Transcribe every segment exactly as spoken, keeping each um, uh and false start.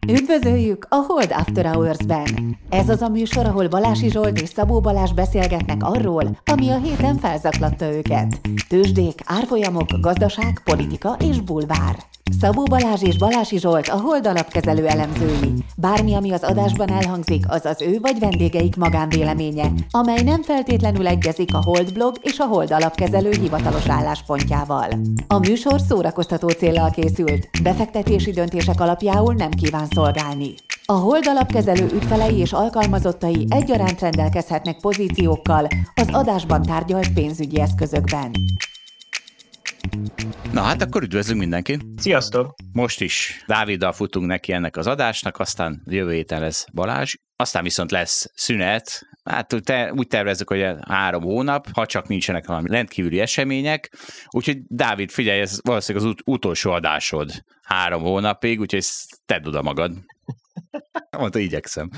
Üdvözöljük a Hold After Hours-ben! Ez az a műsor, ahol Balási Zsolt és Szabó Balázs beszélgetnek arról, ami a héten felzaklatta őket. Tőzsdék, árfolyamok, gazdaság, politika és bulvár. Szabó Balázs és Balási Zsolt a Hold alapkezelő elemzői. Bármi, ami az adásban elhangzik, az az ő vagy vendégeik magánvéleménye, amely nem feltétlenül egyezik a Hold blog és a Hold alapkezelő hivatalos álláspontjával. A műsor szórakoztató céllal készült, befektetési döntések alapjául nem kíván szolgálni. A Hold alapkezelő ügyfelei és alkalmazottai egyaránt rendelkezhetnek pozíciókkal az adásban tárgyalt pénzügyi eszközökben. Na hát akkor üdvözlünk mindenkit! Sziasztok! Most is Dáviddal futunk neki ennek az adásnak, aztán jövő héten lesz Balázs, aztán viszont lesz szünet. Hát te, úgy tervezzük, hogy három hónap, ha csak nincsenek valami rendkívüli események. Úgyhogy Dávid, figyelj, ez valószínűleg az ut- utolsó adásod három hónapig, úgyhogy tedd oda magad. Mondta, igyekszem.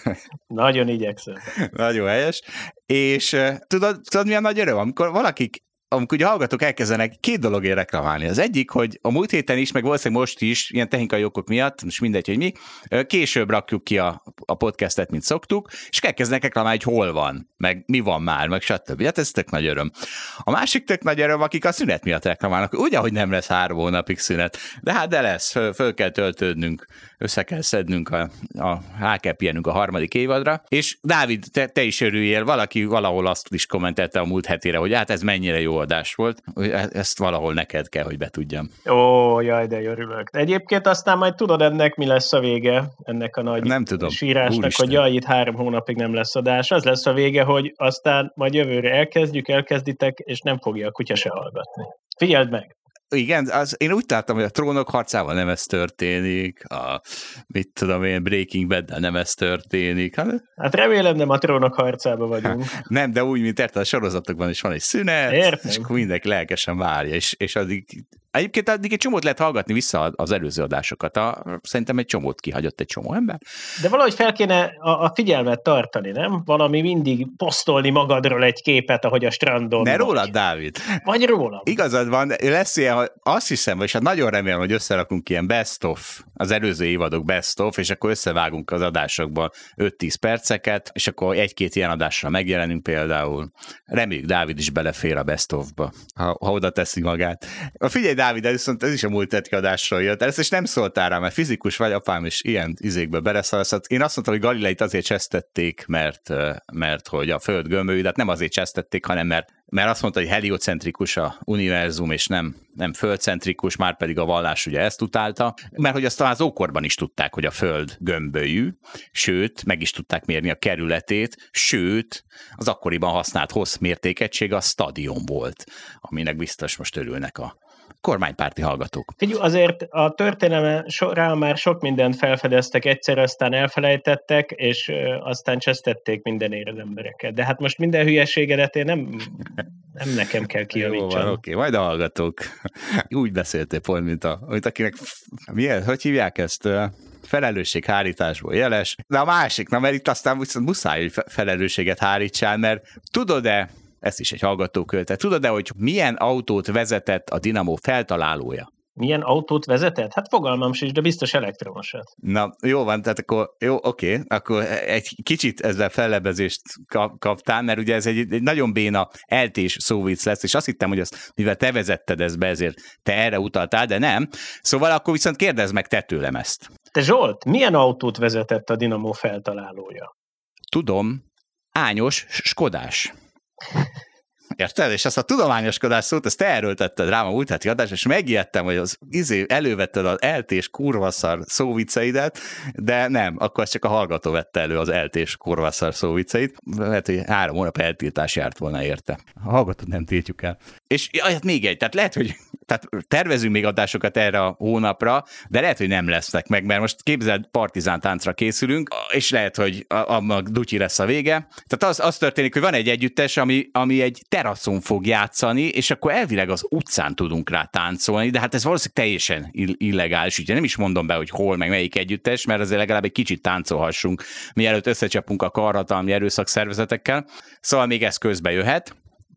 Nagyon igyekszem. Nagyon helyes. És tudod, tudod, milyen nagy öröm, amikor valakik amikor ugye hallgatók elkezdenek két dologért reklamálni. Az egyik, hogy a múlt héten is, meg valószínűleg most is, ilyen technikai okok miatt, most mindegy, hogy mi, később rakjuk ki a, a podcastet, mint szoktuk, és elkezdenek reklamálni, hogy hol van, meg mi van már, meg stb. Hát ez tök nagy öröm. A másik tök nagy öröm, akik a szünet miatt reklamálnak, ugye, hogy nem lesz három hónapig szünet, de hát de lesz, föl, föl kell töltődnünk, össze kell szednünk, a, a, rá kell pihenünk a harmadik évadra, és Dávid, te, te is örüljél, valaki valahol azt is kommentelte a múlt hetére, hogy hát ez mennyire jó adás volt, ezt valahol neked kell, hogy betudjam. Ó, jaj, de örülök. Egyébként aztán majd tudod ennek, mi lesz a vége, ennek a nagy nem tudom. sírásnak, Úristen. hogy jaj, itt három hónapig nem lesz adás. Az lesz a vége, hogy aztán majd jövőre elkezdjük, elkezditek, és nem fogja a kutya se hallgatni. Figyeld meg! Igen, az, én úgy láttam, hogy a Trónok harcával nem ez történik, a mit tudom én, Breaking Bad-del nem ez történik. Hát remélem nem a Trónok harcába vagyunk. Nem, de úgy, mint érted, a sorozatokban is van egy szünet, Értem. És akkor mindenki lelkesen várja, és, és addig, egyébként addig egy csomót lehet hallgatni vissza az előző adásokat. A, szerintem egy csomót kihagyott egy csomó ember. De valahogy fel kéne a, a figyelmet tartani, nem? Valami mindig posztolni magadról egy képet, ahogy a strandon Ne vagy. rólad, Dávid. Vagy rólam. Igazad van, lesz ilyen, hogy azt hiszem, és hát nagyon remélem, hogy összerakunk ilyen best of, az előző évadok best of, és akkor összevágunk az adásokba öt-tíz perceket, és akkor egy-két ilyen adásra megjelenünk például. Reméljük, Dávid is belefér a best ofba, ha, ha oda teszi magát. Figyelj, Dávid, ez, viszont ez is a múlt heti adásról jött. Ezt is nem szóltál rá, mert fizikus vagy, apám is ilyen izékbe beleszalasz. Én azt mondtam, hogy Galileit azért csesztették, mert, mert hogy a Föld gömbölyű, de hát nem azért csesztették, hanem mert mert azt mondta, hogy heliocentrikus a univerzum, és nem, nem földcentrikus, már pedig a vallás ugye ezt utálta, mert hogy azt talán az ókorban is tudták, hogy a Föld gömbölyű, sőt, meg is tudták mérni a kerületét, sőt, az akkoriban használt hosszmértékegység a stadion volt, aminek biztos most örülnek a kormánypárti hallgatók. Figyelj, azért a történelme során már sok mindent felfedeztek egyszer, aztán elfelejtettek, és aztán csesztették mindenért az embereket. De hát most minden hülyeségedet én nem, nem nekem kell kijavítsam. Oké, okay, majd a hallgatók. Úgy beszéltél pont, mint, a, mint akinek, milyen, hogy hívják ezt? Felelősséghárításból jeles. De a másik, na mert itt aztán viszont muszáj, hogy felelősséget hárítsál, mert tudod-e, ezt is egy hallgató küldte. Tudod-e, hogy milyen autót vezetett a Dinamo feltalálója? Milyen autót vezetett? Hát fogalmam sincs, de biztos elektromosat. Na, jó van, tehát akkor, jó, oké, akkor egy kicsit ezzel fellebezést kap, kaptál, mert ugye ez egy, egy nagyon béna eltés szóvic lesz, és azt hittem, hogy azt, mivel te vezetted ezt be, ezért te erre utaltál, de nem. Szóval akkor viszont kérdezd meg te tőlem ezt. Te Zsolt, milyen autót vezetett a Dinamo feltalálója? Tudom, ányos Skodás. Érted? És azt a tudományoskodás szót, ezt te erőltetted rám a múlt heti adás, és megijedtem, hogy az izé elővetted az eltés kurvaszar szóviceidet, de nem, akkor csak a hallgató vette elő az eltés kurvaszar szóviceit. Lehet, hogy három hónap eltiltás járt volna érte. A hallgatót nem tiltjuk el. És ja, hát még egy, tehát lehet, hogy tehát tervezünk még adásokat erre a hónapra, de lehet, hogy nem lesznek meg, mert most képzeld, partizán táncra készülünk, és lehet, hogy annak dutyi lesz a vége. Tehát az, az történik, hogy van egy együttes, ami, ami egy teraszon fog játszani, és akkor elvileg az utcán tudunk rá táncolni, de hát ez valószínűleg teljesen illegális, úgyhogy nem is mondom be, hogy hol, meg melyik együttes, mert azért legalább egy kicsit táncolhassunk, mielőtt összecsapunk a karhatalmi erőszakszervezetekkel. Szóval még ez közbe jöhet.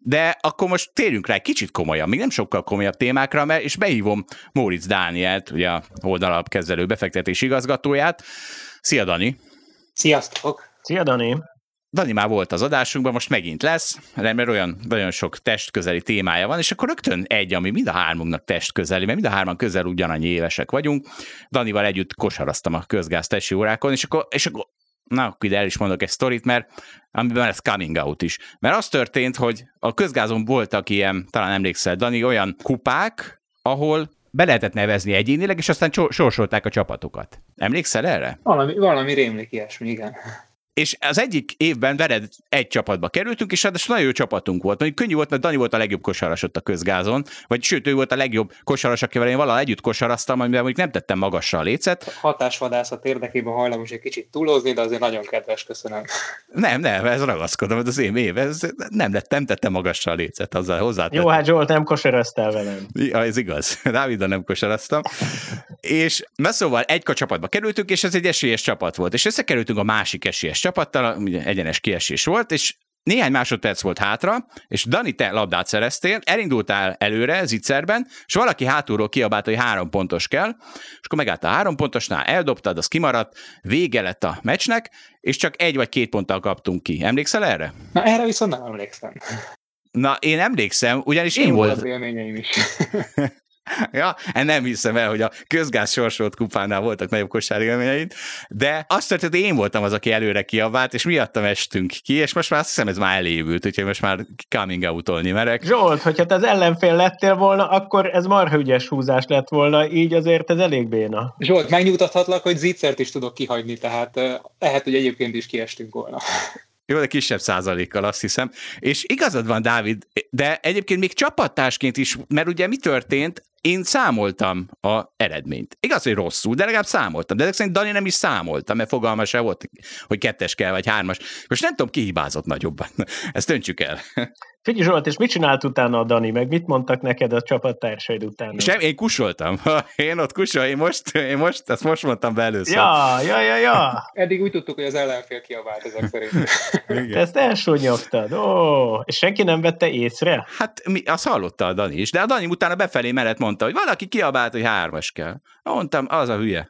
De akkor most térjünk rá egy kicsit komolyan, még nem sokkal komolyabb témákra, mert és behívom Móricz Dánielt, ugye a oldalapkezelő befektetési igazgatóját. Szia, Dani! Sziasztok! Szia, Dani! Dani már volt az adásunkban, most megint lesz, mert olyan nagyon sok testközeli témája van, és akkor rögtön egy, ami mind a hármunknak testközeli, mert mind a hárman közel ugyanannyi évesek vagyunk. Danival együtt kosaraztam a közgáz tesi órákon, és akkor, és akkor na, akkor ide el is mondok egy sztorit, mert amiben lesz coming out is. Mert az történt, hogy a közgázon voltak ilyen, talán emlékszel, Dani, olyan kupák, ahol be lehetett nevezni egyénileg, és aztán sorsolták a csapatokat. Emlékszel erre? Valami, valami rémlik ilyesmi, igen. És az egyik évben veled egy csapatba kerültünk, és ráadásul nagyon jó csapatunk volt. Mondjuk könnyű volt, mert Dani volt a legjobb kosaras ott a közgázon, vagy sőt, ő volt a legjobb kosaras, akivel én valaha együtt kosaraztam, amivel mondjuk nem tettem magasra a lécet. Hatásvadászat érdekében hajlamos egy kicsit túlozni, de azért nagyon kedves, köszönöm. Nem, nem, ez ragaszkodom, ez az én év, ez nem, lett, nem tettem magasra a lécet, azzal hozzátettem. Jó, hát Zsolt, nem kosaraztál velem. Ja, ez igaz, Dáviddal nem kosaraztam. És na szóval egy csapatba kerültünk, és ez egy esélyes csapat volt. És összekerültünk a másik esélyes csapattal, ugye egyenes kiesés volt, és néhány másodperc volt hátra, és Dani, te labdát szereztél, elindultál előre zicserben, és valaki hátulról kiabált, hogy három pontos kell, és akkor megállt a három pontosnál, eldobtad, az kimaradt, vége lett a meccsnek, és csak egy vagy két ponttal kaptunk ki. Emlékszel erre? Na, erre viszont nem emlékszem. Na, én emlékszem, ugyanis én, én volt... volt élményeim is. Ja, nem hiszem el, hogy a közgáz sorsolt kupánál voltak nagyobb kosárélményeid, de azt történt, hogy én voltam az, aki előre kiabált, és miattam estünk ki, és most már azt hiszem, ez már elévült, úgyhogy most már coming out-olni merek. Zsolt, hogyha te az ellenfél lettél volna, akkor ez marha ügyes húzás lett volna, így azért ez elég béna. Zsolt, megnyugtathatlak, hogy zicsert is tudok kihagyni, tehát lehet, hogy egyébként is kiestünk volna. Jó, de kisebb százalékkal, azt hiszem. És igazad van, Dávid, de egyébként még csapattársként is, mert ugye mi történt, én számoltam a eredményt. Igaz, hogy rosszul, de legalább számoltam. De ezek szerint Dani nem is számoltam, mert fogalma sem volt, hogy kettes kell, vagy hármas. Most nem tudom, ki hibázott nagyobban. Ezt döntsük el. Figyelj Zsolt, és mit csinált utána a Dani, meg mit mondtak neked a csapattársaid utána? Sem, én kusoltam. Én ott kusol, én most, én most, ezt most mondtam be először. Ja, ja, ja, ja. Eddig úgy tudtuk, hogy az ellenfél kiabált ezek szerint. Te ezt elsúnyogtad. Ó, és senki nem vette észre? Hát mi, azt hallotta a Dani is, de a Dani utána befelé mellett mondta, hogy valaki kiabált, hogy hármas kell. Mondtam, az a hülye.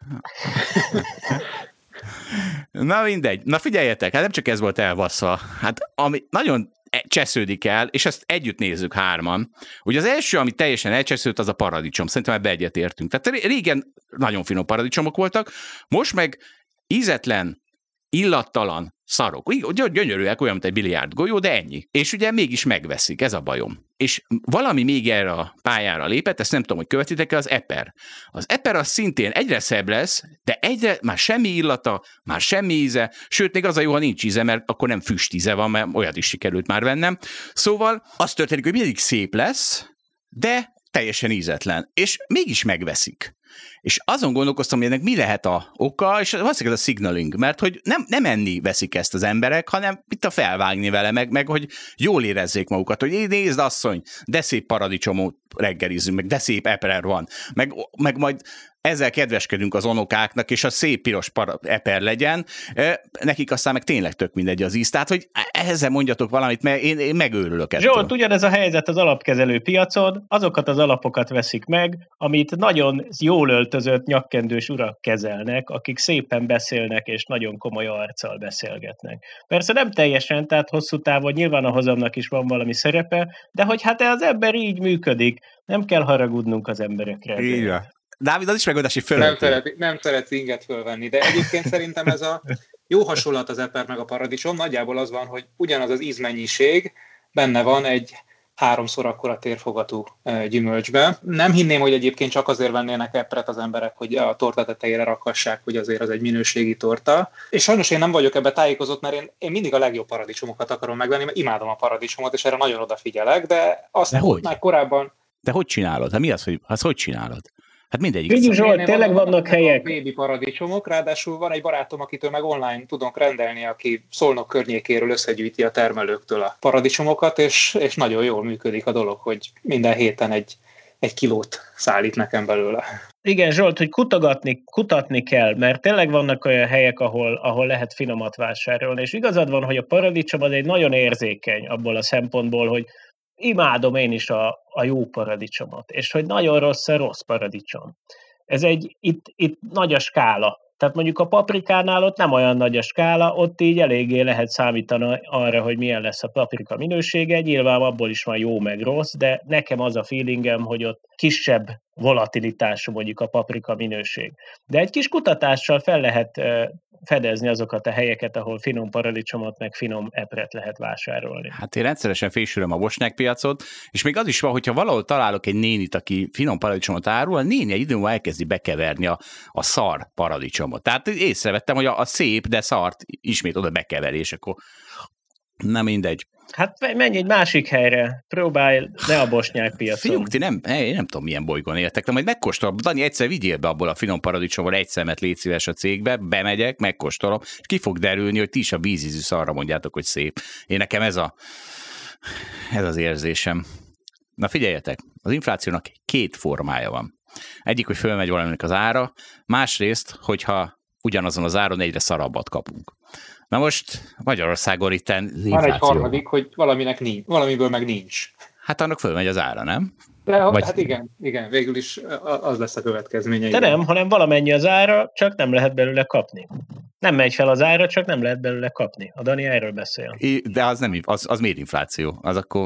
Na mindegy. Na figyeljetek, hát nem csak ez volt elbasszva. Hát ami nagyon csesződik el, és ezt együtt nézzük hárman. Ugye az első, ami teljesen elcseszült, az a paradicsom. Szerintem ebbe egyetértünk. Tehát régen nagyon finom paradicsomok voltak, most meg ízetlen, illattalan szarok. Gyönyörűek, olyan, mint egy biliárd golyó, de ennyi. És ugye mégis megveszik, ez a bajom. És valami még erre a pályára lépett, ezt nem tudom, hogy követitek-e, az eper. Az eper az szintén egyre szebb lesz, de egyre már semmi illata, már semmi íze, sőt, még az a jó, ha nincs íze, mert akkor nem füstíze van, mert olyat is sikerült már vennem. Szóval az történik, hogy mindig szép lesz, de teljesen ízetlen. És mégis megveszik. És azon gondolkoztam, hogy ennek mi lehet a oka, és valószínűleg ez a signaling, mert hogy nem, nem enni veszik ezt az emberek, hanem itt a felvágni vele, meg, meg hogy jól érezzék magukat, hogy nézd asszony, de szép paradicsomot reggelizünk, meg de szép eper van, meg, meg majd ezzel kedveskedünk az unokáknak, és a szép piros para, eper legyen, nekik aztán meg tényleg tök mindegy az íz. Tehát, hogy ezzel mondjatok valamit, mert én, én megőrülök ettől. Zsolt, ugyanez a helyzet az alapkezelő piacon, azokat az alapokat veszik meg, amit nagyon jól öltözött nyakkendős urak kezelnek, akik szépen beszélnek, és nagyon komoly arccal beszélgetnek. Persze nem teljesen, tehát hosszú távon nyilván a hozamnak is van valami szerepe, de hogy hát az ember így működik, nem kell haragudnunk az emberekre. Így van. Dávid, az is megoldási fölött. Nem, szeret, nem szeretsz inget fölvenni, de egyébként szerintem ez a jó hasonlat az eper meg a paradicsom. Nagyjából az van, hogy ugyanaz az ízmennyiség benne van egy háromszor akkora térfogatú gyümölcsbe. Nem hinném, hogy egyébként csak azért vennének epret az emberek, hogy a torta tetejére rakhassák, hogy azért az egy minőségi torta. És sajnos én nem vagyok ebbe tájékozott, mert én, én mindig a legjobb paradicsomokat akarom megvenni, mert imádom a paradicsomot, és erre nagyon odafigyelek, de azt de már korábban... De hogy csinálod? Hát mi az, hogy azt hogy csinálod? Hát mindegyik. Figyelj Zsolt, tényleg vannak helyek. Baby paradicsomok, ráadásul van egy barátom, akitől meg online tudunk rendelni, aki Szolnok környékéről összegyűjti a termelőktől a paradicsomokat, és, és nagyon jól működik a dolog, hogy minden héten egy, egy kilót szállít nekem belőle. Igen, Zsolt, hogy kutogatni, kutatni kell, mert tényleg vannak olyan helyek, ahol, ahol lehet finomat vásárolni, és igazad van, hogy a paradicsom az egy nagyon érzékeny abból a szempontból, hogy imádom én is a, a jó paradicsomot, és hogy nagyon rossz a rossz paradicsom. Ez egy, itt, itt nagy a skála. Tehát mondjuk a paprikánál ott nem olyan nagy a skála, ott így eléggé lehet számítani arra, hogy milyen lesz a paprika minősége, nyilván abból is van jó meg rossz, de nekem az a feelingem, hogy ott kisebb volatilitású mondjuk a paprika minőség. De egy kis kutatással fel lehet fedezni azokat a helyeket, ahol finom paradicsomot, meg finom epret lehet vásárolni. Hát én rendszeresen fésülöm a Bosnyák piacot, és még az is van, hogyha valahol találok egy nénit, aki finom paradicsomot árul, a néni egy idő múlva elkezdi bekeverni a, a szar paradicsomot. Tehát észrevettem, hogy a, a szép, de szart ismét oda bekeveri, és akkor nem mindegy. Hát menj egy másik helyre, próbálj, ne a Bosnyák piacon. Fiúk, ti nem, én nem tudom, milyen bolygón éltek, de majd megkóstolom. Dani, egyszer vigyél be abból a finom paradicsomból egy szemet, légy szíves a cégbe, bemegyek, megkóstolom, és ki fog derülni, hogy ti is a vízízű szarra mondjátok, hogy szép. Én nekem ez a ez az érzésem. Na figyeljetek, az inflációnak két formája van. Egyik, hogy fölmegy valaminek az ára, másrészt, hogyha ugyanazon az áron egyre szarabbat kapunk. Na most Magyarországon itten infláció. Van egy harmadik, hogy valaminek nincs, valamiből meg nincs. Hát annak fölmegy az ára, nem? De Vagy... hát igen, igen, végül is az lesz a következménye. De nem, hanem valamennyi az ára, csak nem lehet belőle kapni. Nem megy fel az ára, csak nem lehet belőle kapni. A Dani erről beszél. De az nem, az, az miért infláció? Az akkor,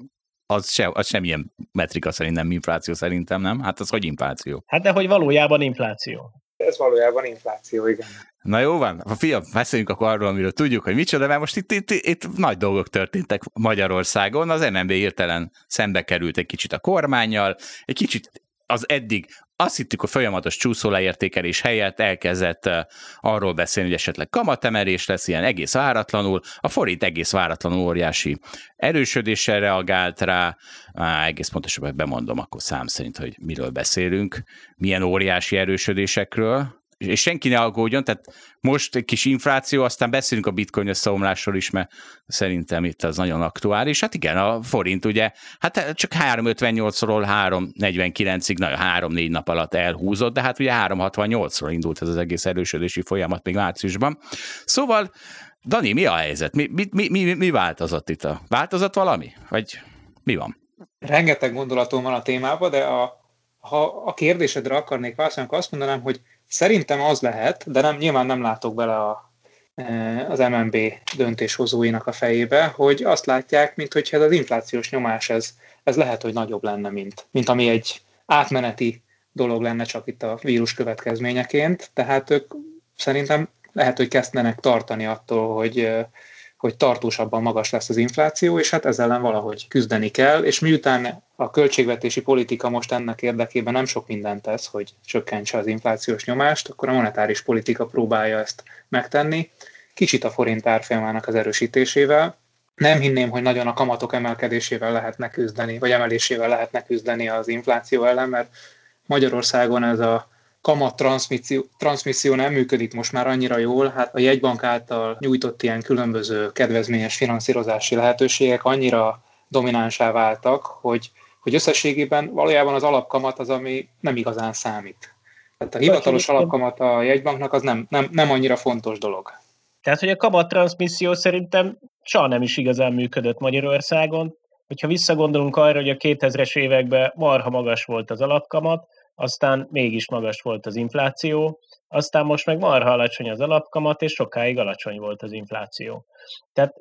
az, se, az semmilyen metrika szerint nem infláció szerintem, nem? Hát az hogy infláció? Hát de hogy valójában infláció. Ez valójában infláció, igen. Na jó van, fiam, beszéljünk akkor arról, amiről tudjuk, hogy micsoda, mert most itt, itt, itt nagy dolgok történtek Magyarországon, az em en bé hirtelen szembe került egy kicsit a kormánnyal, egy kicsit az eddig azt hittük, hogy folyamatos csúszóleértékelés helyett elkezdett arról beszélni, hogy esetleg kamatemelés lesz, ilyen egész váratlanul, a forint egész váratlanul óriási erősödéssel reagált rá, á, egész pontosabban bemondom akkor szám szerint, hogy miről beszélünk, milyen óriási erősödésekről, és senki ne aggódjon, tehát most egy kis infláció, aztán beszélünk a bitcoin összeomlásról is, mert szerintem itt az nagyon aktuális. Hát igen, a forint ugye, hát csak három ötvennyolcról három negyvenkilencig, na, három-négy nap alatt elhúzott, de hát ugye három hatvannyolcról indult ez az egész erősödési folyamat még márciusban. Szóval, Dani, mi a helyzet? Mi, mi, mi, mi, mi változott itt? A, változott valami? Vagy mi van? Rengeteg gondolatom van a témában, de a, ha a kérdésedre akarnék válaszolni, akkor azt mondanám, hogy szerintem az lehet, de nem, nyilván nem látok bele a, az em en bé döntéshozóinak a fejébe, hogy azt látják, mint hogyha ez az inflációs nyomás, ez, ez lehet, hogy nagyobb lenne, mint, mint ami egy átmeneti dolog lenne csak itt a vírus következményeként. Tehát ők szerintem lehet, hogy kezdenek tartani attól, hogy, hogy tartósabban magas lesz az infláció, és hát ezzel ellen valahogy küzdeni kell, és miután a költségvetési politika most ennek érdekében nem sok mindent tesz, hogy csökkentse az inflációs nyomást, akkor a monetáris politika próbálja ezt megtenni, kicsit a forint árfolyamának az erősítésével. Nem hinném, hogy nagyon a kamatok emelkedésével lehetne küzdeni, vagy emelésével lehetne küzdeni az infláció ellen, mert Magyarországon ez a kamat transmisszió, transmisszió nem működik most már annyira jól, hát a jegybank által nyújtott ilyen különböző kedvezményes finanszírozási lehetőségek annyira dominánsá váltak, hogy, hogy összességében valójában az alapkamat az, ami nem igazán számít. Tehát a hivatalos alapkamat a jegybanknak az nem, nem, nem annyira fontos dolog. Tehát, hogy a kamat transmisszió szerintem soha nem is igazán működött Magyarországon. Hogyha visszagondolunk arra, hogy a kétezres években marha magas volt az alapkamat, aztán mégis magas volt az infláció, aztán most meg marha alacsony az alapkamat, és sokáig alacsony volt az infláció. Tehát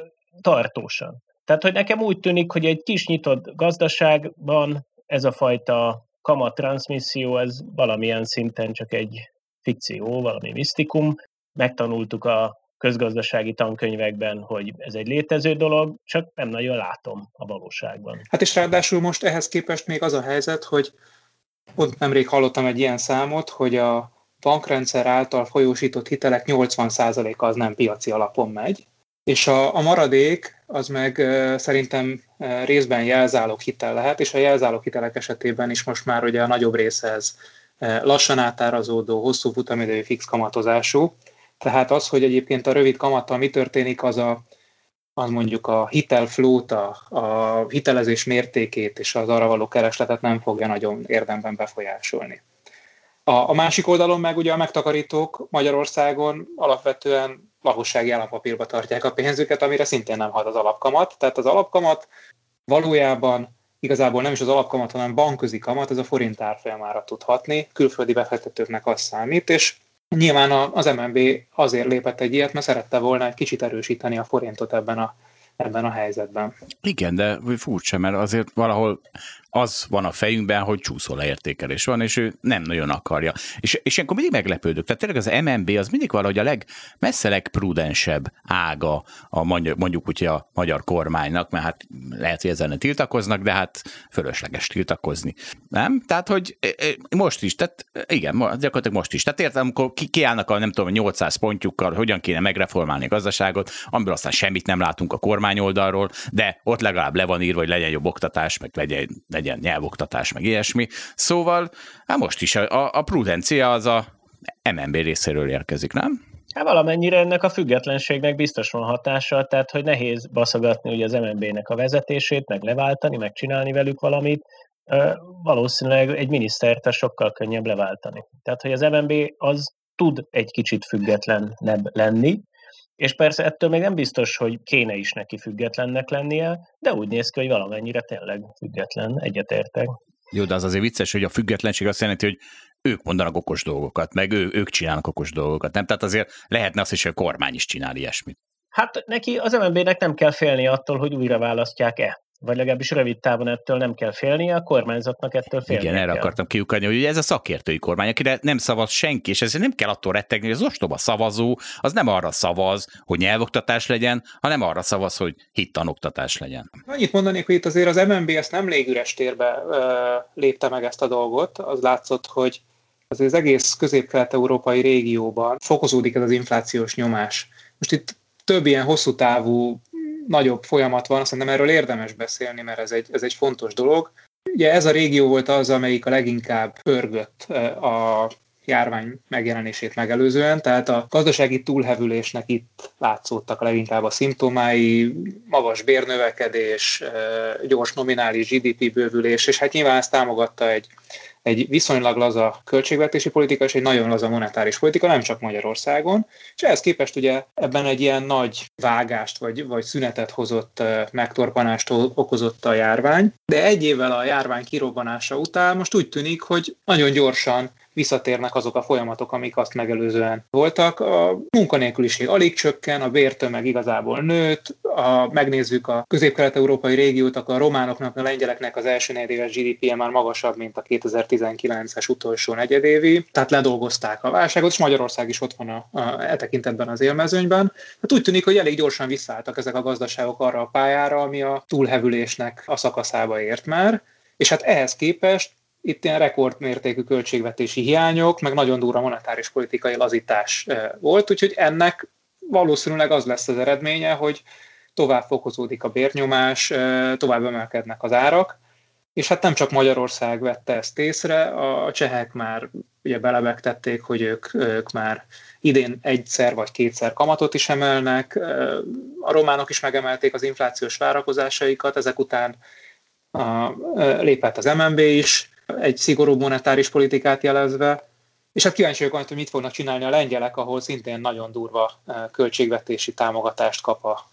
tartósan. Tehát, hogy nekem úgy tűnik, hogy egy kis nyitott gazdaságban ez a fajta kamattranszmisszió, ez valamilyen szinten csak egy fikció, valami misztikum. Megtanultuk a közgazdasági tankönyvekben, hogy ez egy létező dolog, csak nem nagyon látom a valóságban. Hát és ráadásul most ehhez képest még az a helyzet, hogy pont nemrég hallottam egy ilyen számot, hogy a bankrendszer által folyósított hitelek nyolcvan százaléka az nem piaci alapon megy, és a, a maradék az meg uh, szerintem uh, részben jelzálog hitel lehet, és a jelzálog hitelek esetében is most már ugye a nagyobb része ez uh, lassan átárazódó, hosszú futamidejű fix kamatozású. Tehát az, hogy egyébként a rövid kamattal mi történik, az a az mondjuk a hitelflót, a, a hitelezés mértékét és az arra való keresletet nem fogja nagyon érdemben befolyásolni. A, a másik oldalon meg ugye a megtakarítók Magyarországon alapvetően lakossági állampapírba tartják a pénzüket, amire szintén nem hat az alapkamat. Tehát az alapkamat valójában igazából nem is az alapkamat, hanem bankközi kamat, ez a forint árfolyamára tud hatni, külföldi befektetőknek az számít, és nyilván az em en bé azért lépett egy ilyet, mert szerette volna egy kicsit erősíteni a forintot ebben a, ebben a helyzetben. Igen, de furcsa, mert azért valahol az van a fejünkben, hogy csúszóleértékelés van, és ő nem nagyon akarja. És, és ilyenkor mindig meglepődök. Tehát tényleg az em en bé az mindig valahogy a leg, messze legprudensebb ága a mondjuk úgy a magyar kormánynak, mert hát lehet, hogy ezzel ne tiltakoznak, de hát fölösleges tiltakozni. Nem? Tehát, hogy most is, tehát igen, gyakorlatilag most is. Tehát értem, amikor kiállnak a nem tudom, nyolcszáz pontjukkal, hogyan kéne megreformálni a gazdaságot, amiből aztán semmit nem látunk a kormány oldalról, de ott legalább le van írva, hogy legyen jobb oktatás, meg legyen legyen nyelvoktatás, meg ilyesmi. Szóval, hát most is a, a prudencia az a em en bé részéről érkezik, nem? Hát valamennyire ennek a függetlenségnek biztos van hatása, tehát hogy nehéz baszogatni ugye az em en bé-nek a vezetését, meg leváltani, meg csinálni velük valamit. Valószínűleg egy minisztert sokkal könnyebb leváltani. Tehát, hogy az em en bé az tud egy kicsit függetlenebb lenni, és persze ettől még nem biztos, hogy kéne is neki függetlennek lennie, de úgy néz ki, hogy valamennyire tényleg független, egyetértek. Jó, de az azért vicces, hogy a függetlenség azt jelenti, hogy ők mondanak okos dolgokat, meg ő, ők csinálnak okos dolgokat, nem? Tehát azért lehetne azt is, hogy a kormány is csinál ilyesmit. Hát neki az em en bé-nek nem kell félni attól, hogy újra választják-e. Vagy legalábbis rövid távon ettől nem kell félnie, a kormányzatnak ettől félnie Igen, erre kell. akartam kiukadni, hogy ez a szakértői kormány, akire nem szavaz senki, és ezért nem kell attól rettegni, hogy az ostoba szavazó az nem arra szavaz, hogy nyelvoktatás legyen, hanem arra szavaz, hogy hittanoktatás legyen. Annyit mondanék, hogy itt azért az em en bé ezt nem légüres térbe ö, lépte meg ezt a dolgot. Az látszott, hogy azért az egész közép-kelet-európai régióban fokozódik ez az inflációs nyomás. Most itt több ilyen hosszú távú nagyobb folyamat van, azt mondom, erről érdemes beszélni, mert ez egy, ez egy fontos dolog. Ugye ez a régió volt az, amelyik a leginkább pörgött a járvány megjelenését megelőzően, tehát a gazdasági túlhevülésnek itt látszódtak a leginkább a szimptomái, magas bérnövekedés, gyors nominális gé dé pé bővülés, és hát nyilván ezt támogatta egy egy viszonylag laza költségvetési politika és egy nagyon laza monetáris politika, nem csak Magyarországon, és ehhez képest ugye ebben egy ilyen nagy vágást vagy, vagy szünetet hozott, megtorpanást okozott a járvány, de egy évvel a járvány kirobbanása után most úgy tűnik, hogy nagyon gyorsan visszatérnek azok a folyamatok, amik azt megelőzően voltak. A munkanélküliség alig csökken, a bértömeg igazából nőtt, ha megnézzük a közép-kelet-európai régiót, akkor a románoknak, a lengyeleknek az első negyedéves gé dé pé-je már magasabb, mint a kétezer-tizenkilences utolsó negyedévi, tehát ledolgozták a válságot, és Magyarország is ott van a, a, e tekintetben az élmezőnyben. Hát úgy tűnik, hogy elég gyorsan visszaálltak ezek a gazdaságok arra a pályára, ami a túlhevülésnek a szakaszába ért már, és hát ehhez képest itt ilyen rekordmértékű költségvetési hiányok, meg nagyon durva monetáris politikai lazítás volt, úgyhogy ennek valószínűleg az lesz az eredménye, hogy tovább fokozódik a bérnyomás, tovább emelkednek az árak, és hát nem csak Magyarország vette ezt észre, a csehek már ugye belebegtették, hogy ők, ők már idén egyszer vagy kétszer kamatot is emelnek, a románok is megemelték az inflációs várakozásaikat, ezek után a, lépett az em en bé is, egy szigorú monetáris politikát jelezve, és hát kíváncsi vagyok, hogy mit fognak csinálni a lengyelek, ahol szintén nagyon durva költségvetési támogatást kap a,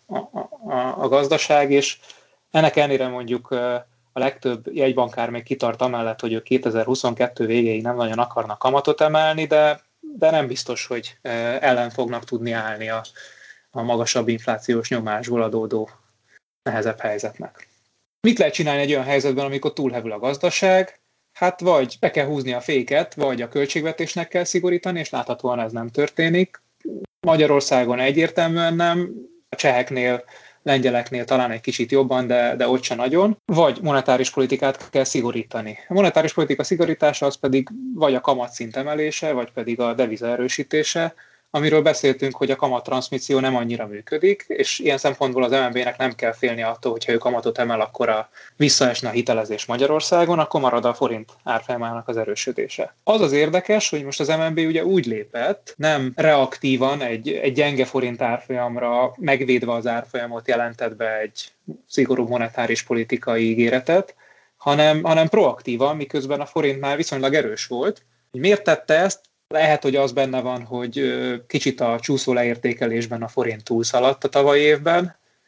a, a gazdaság, és ennek ellenére mondjuk a legtöbb jegybankár még kitart amellett, hogy ők kétezer-huszonkettő végéig nem nagyon akarnak kamatot emelni, de, de nem biztos, hogy ellen fognak tudni állni a, a magasabb inflációs nyomásból adódó nehezebb helyzetnek. Mit lehet csinálni egy olyan helyzetben, amikor túlhevül a gazdaság? Hát vagy be kell húzni a féket, vagy a költségvetésnek kell szigorítani, és láthatóan ez nem történik. Magyarországon egyértelműen nem, a cseheknél, lengyeleknél talán egy kicsit jobban, de, de ott se nagyon. Vagy monetáris politikát kell szigorítani. A monetáris politika szigorítása az pedig vagy a kamatszint emelése, vagy pedig a deviza erősítése, amiről beszéltünk, hogy a kamattranszmisszió nem annyira működik, és ilyen szempontból az em en bé-nek nem kell félni attól, hogyha ő kamatot emel, akkor a visszaesne a hitelezés Magyarországon, akkor marad a forint árfolyamának az erősödése. Az az érdekes, hogy most az em en bé ugye úgy lépett, nem reaktívan egy, egy gyenge forint árfolyamra megvédve az árfolyamot jelentett be egy szigorú monetáris politikai ígéretet, hanem, hanem proaktívan, miközben a forint már viszonylag erős volt. Miért tette ezt? Lehet, hogy az benne van, hogy kicsit a csúszó leértékelésben a forint túlszaladt a tavalyi évben,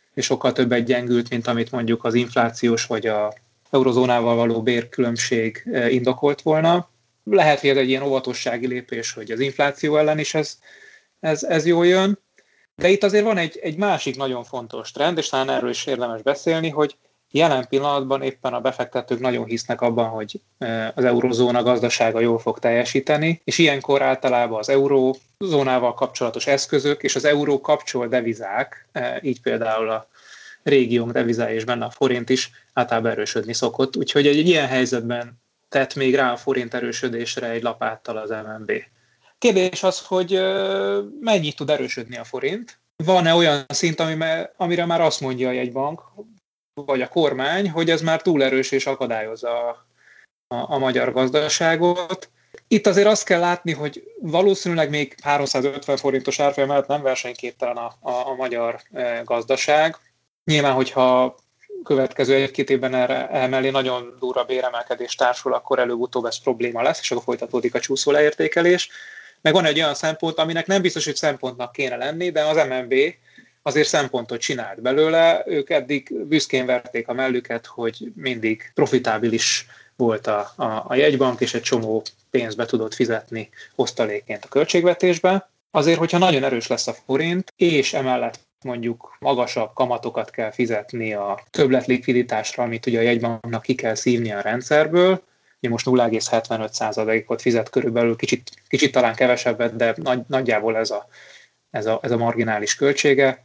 és sokkal többet gyengült, mint amit mondjuk az inflációs vagy a eurozónával való bérkülönbség indokolt volna. Lehet, hogy ez egy ilyen óvatossági lépés, hogy az infláció ellen is ez, ez, ez jól jön. De itt azért van egy, egy másik nagyon fontos trend, és talán erről is érdemes beszélni, hogy jelen pillanatban éppen a befektetők nagyon hisznek abban, hogy az eurozóna gazdasága jól fog teljesíteni, és ilyenkor általában az eurózónával kapcsolatos eszközök és az euró kapcsol devizák, így például a régiónk devizája és benne a forint is általában erősödni szokott. Úgyhogy egy ilyen helyzetben tett még rá a forint erősödésre egy lapáttal az em en bé. Kérdés az, hogy mennyit tud erősödni a forint? Van-e olyan szint, amire már azt mondja a jegybank, vagy a kormány, hogy ez már túl erős és akadályozza a, a, a magyar gazdaságot. Itt azért azt kell látni, hogy valószínűleg még háromszázötven forintos árfolyam mellett nem versenyképtelen a, a, a magyar gazdaság. Nyilván, hogyha következő egy-két évben erre emellé nagyon durva béremelkedés társul, akkor előbb-utóbb ez probléma lesz, és akkor folytatódik a csúszó leértékelés. Meg van egy olyan szempont, aminek nem biztos, hogy szempontnak kéne lenni, de az em en bé azért szempontot csinált belőle. Ők eddig büszkén verték a mellüket, hogy mindig profitábilis volt a, a, a jegybank, és egy csomó pénzbe tudott fizetni osztalékként a költségvetésbe. Azért, hogyha nagyon erős lesz a forint, és emellett mondjuk magasabb kamatokat kell fizetni a többlet likviditásra, amit ugye a jegybanknak ki kell szívni a rendszerből, ugye most nulla egész hetvenöt százalékot fizet körülbelül, kicsit, kicsit talán kevesebbet, de nagy, nagyjából ez a, ez, a, ez a marginális költsége,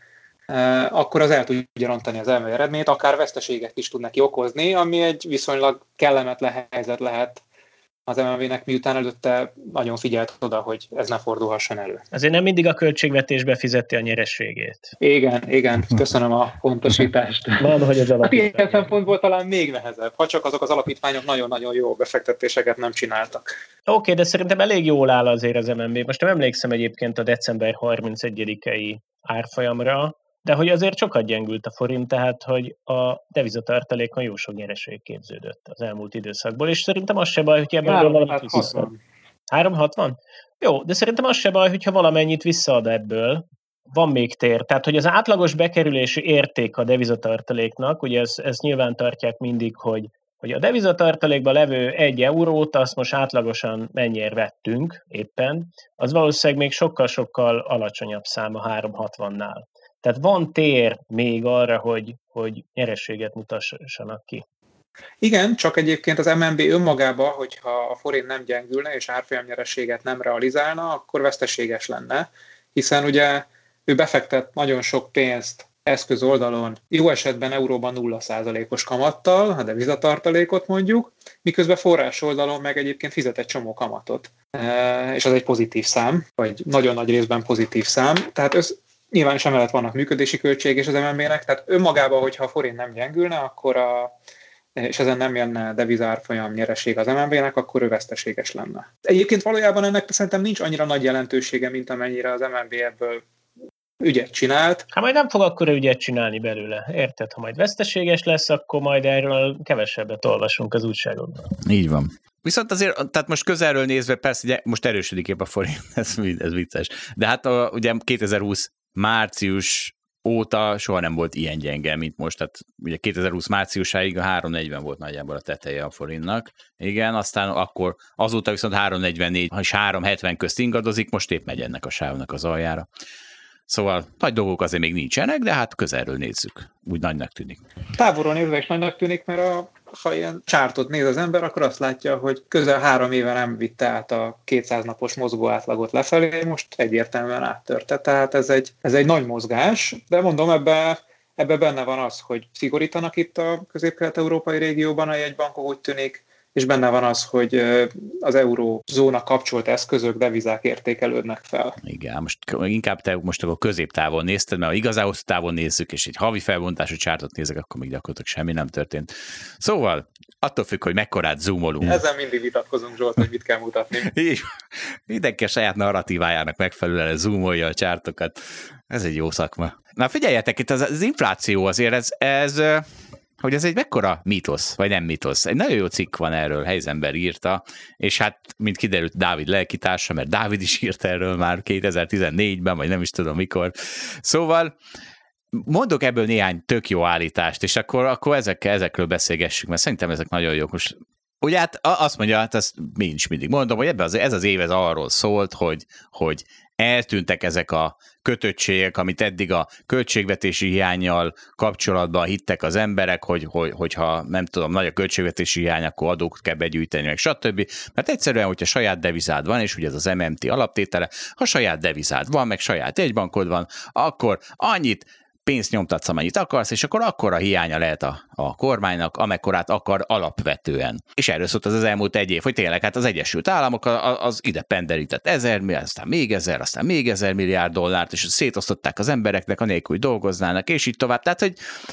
akkor az el tudja rontani az elméleti eredményt, akár veszteséget is tud neki okozni, ami egy viszonylag kellemetlen helyzet lehet az em en bé-nek, miután előtte nagyon figyelt oda, hogy ez ne fordulhasson elő. Azért nem mindig a költségvetésbe fizeti a nyerességét. Igen, igen, köszönöm a pontosítást. Van, hogy az alapítvány. Ilyen szempontból talán még nehezebb, ha csak azok az alapítványok nagyon-nagyon jó befektetéseket nem csináltak. Oké, okay, de szerintem elég jól áll azért az em en bé. Most nem emlékszem egyébként a december harmincegyedikei árfolyamra, de hogy azért sokat gyengült a forint, tehát hogy a devizatartalékon jó sok nyereség képződött az elmúlt időszakból, és szerintem az se baj, hogy ebben valamit vissza. három hatvan? Jó, de szerintem az se baj, hogyha valamennyit visszaad ebből, van még tér. Tehát, hogy az átlagos bekerülési érték a devizatartaléknak, ugye ez, ez nyilván tartják mindig, hogy, hogy a devizatartalékban levő egy eurót, azt most átlagosan mennyire vettünk éppen, az valószínűleg még sokkal-sokkal alacsonyabb szám a három hatvannál. Tehát van tér még arra, hogy, hogy nyerességet mutassanak ki. Igen, csak egyébként az em en bé önmagában, hogyha a forint nem gyengülne és árfolyamnyerességet nem realizálna, akkor veszteséges lenne, hiszen ugye ő befektet nagyon sok pénzt eszköz oldalon, jó esetben euróban nulla százalékos kamattal, a devizatartalékot mondjuk, miközben forrás oldalon meg egyébként fizet egy csomó kamatot. És az egy pozitív szám, vagy nagyon nagy részben pozitív szám. Tehát össz, nyilván is emellett vannak működési költség és az em en bé-nek, tehát önmagában, hogyha a forint nem gyengülne, akkor a, és ezen nem jönne devizárfolyam nyereség az em en bé-nek, akkor ő veszteséges lenne. Egyébként valójában ennek szerintem nincs annyira nagy jelentősége, mint amennyire az em en bé ebből ügyet csinált. Hát majd nem fog akkor ügyet csinálni belőle, érted? Ha majd veszteséges lesz, akkor majd erről kevesebbet olvasunk az újságokban. Így van. Viszont azért, tehát most közelről nézve, persze, ugye, most erősödik épp a forint, ez, ez vicces. De hát a, ugye kétezer-húsz március óta soha nem volt ilyen gyenge, mint most. Tehát ugye kétezer-húsz márciusáig a három negyven volt nagyjából a teteje a forintnak. Igen, aztán akkor azóta viszont három negyvennégy és három hetven közt ingadozik, most épp megy ennek a sávnak az aljára. Szóval nagy dolgok azért még nincsenek, de hát közelről nézzük. Úgy nagynak tűnik. Távolról nézve is nagynak tűnik, mert a, ha ilyen csártot néz az ember, akkor azt látja, hogy közel három éve nem vitte át a kétszáz napos mozgó átlagot lefelé, most egyértelműen áttörte. Tehát ez egy, ez egy nagy mozgás, de mondom, ebbe, ebbe benne van az, hogy szigorítanak itt a közép-kelet-európai régióban a jegybankok, úgy tűnik, és benne van az, hogy az eurózóna kapcsolt eszközök, devizák értékelődnek fel. Igen, most inkább te most akkor középtávon nézted, mert ha igazán hosszú távon nézzük, és egy havi felbontású csártot nézek, akkor még gyakorlatilag semmi nem történt. Szóval, attól függ, hogy mekkorát zoomolunk. Ezzel mindig vitatkozunk, Zsolt, hogy mit kell mutatni. Így, mindenki a saját narratívájának megfelelően zoomolja a csártokat. Ez egy jó szakma. Na figyeljetek, itt az, az infláció azért, ez... ez hogy ez egy mekkora mítosz, vagy nem mítosz. Egy nagyon jó cikk van erről, Heisenberg írta, és hát, mint kiderült, Dávid lelkitársa, mert Dávid is írt erről már kétezer-tizennégyben, vagy nem is tudom mikor. Szóval mondok ebből néhány tök jó állítást, és akkor, akkor ezekkel, ezekről beszélgessünk, mert szerintem ezek nagyon jók. Most ugye hát azt mondja, hát ezt mi is mindig mondom, hogy ebbe az, ez az év ez arról szólt, hogy, hogy eltűntek ezek a kötöttségek, amit eddig a költségvetési hiánnyal kapcsolatban hittek az emberek, hogy, hogy, hogyha nem tudom, nagy a költségvetési hiány, akkor adókat kell begyűjteni, meg stb. Mert egyszerűen, hogyha saját devizád van, és ugye ez az em em té alaptétele, ha saját devizád van, meg saját jegybankod van, akkor annyit pénzt nyomtatsz, amennyit akarsz, és akkor akkora hiánya lehet a, a kormánynak, amekkorát akar alapvetően. És erről szólt az az elmúlt egy év, hogy tényleg hát az Egyesült Államok az ide penderített ezer milliárd, aztán még ezer, aztán még ezer milliárd dollárt, és szétosztották az embereknek, anélkül, hogy dolgoznának, és így tovább. Tehát, hogy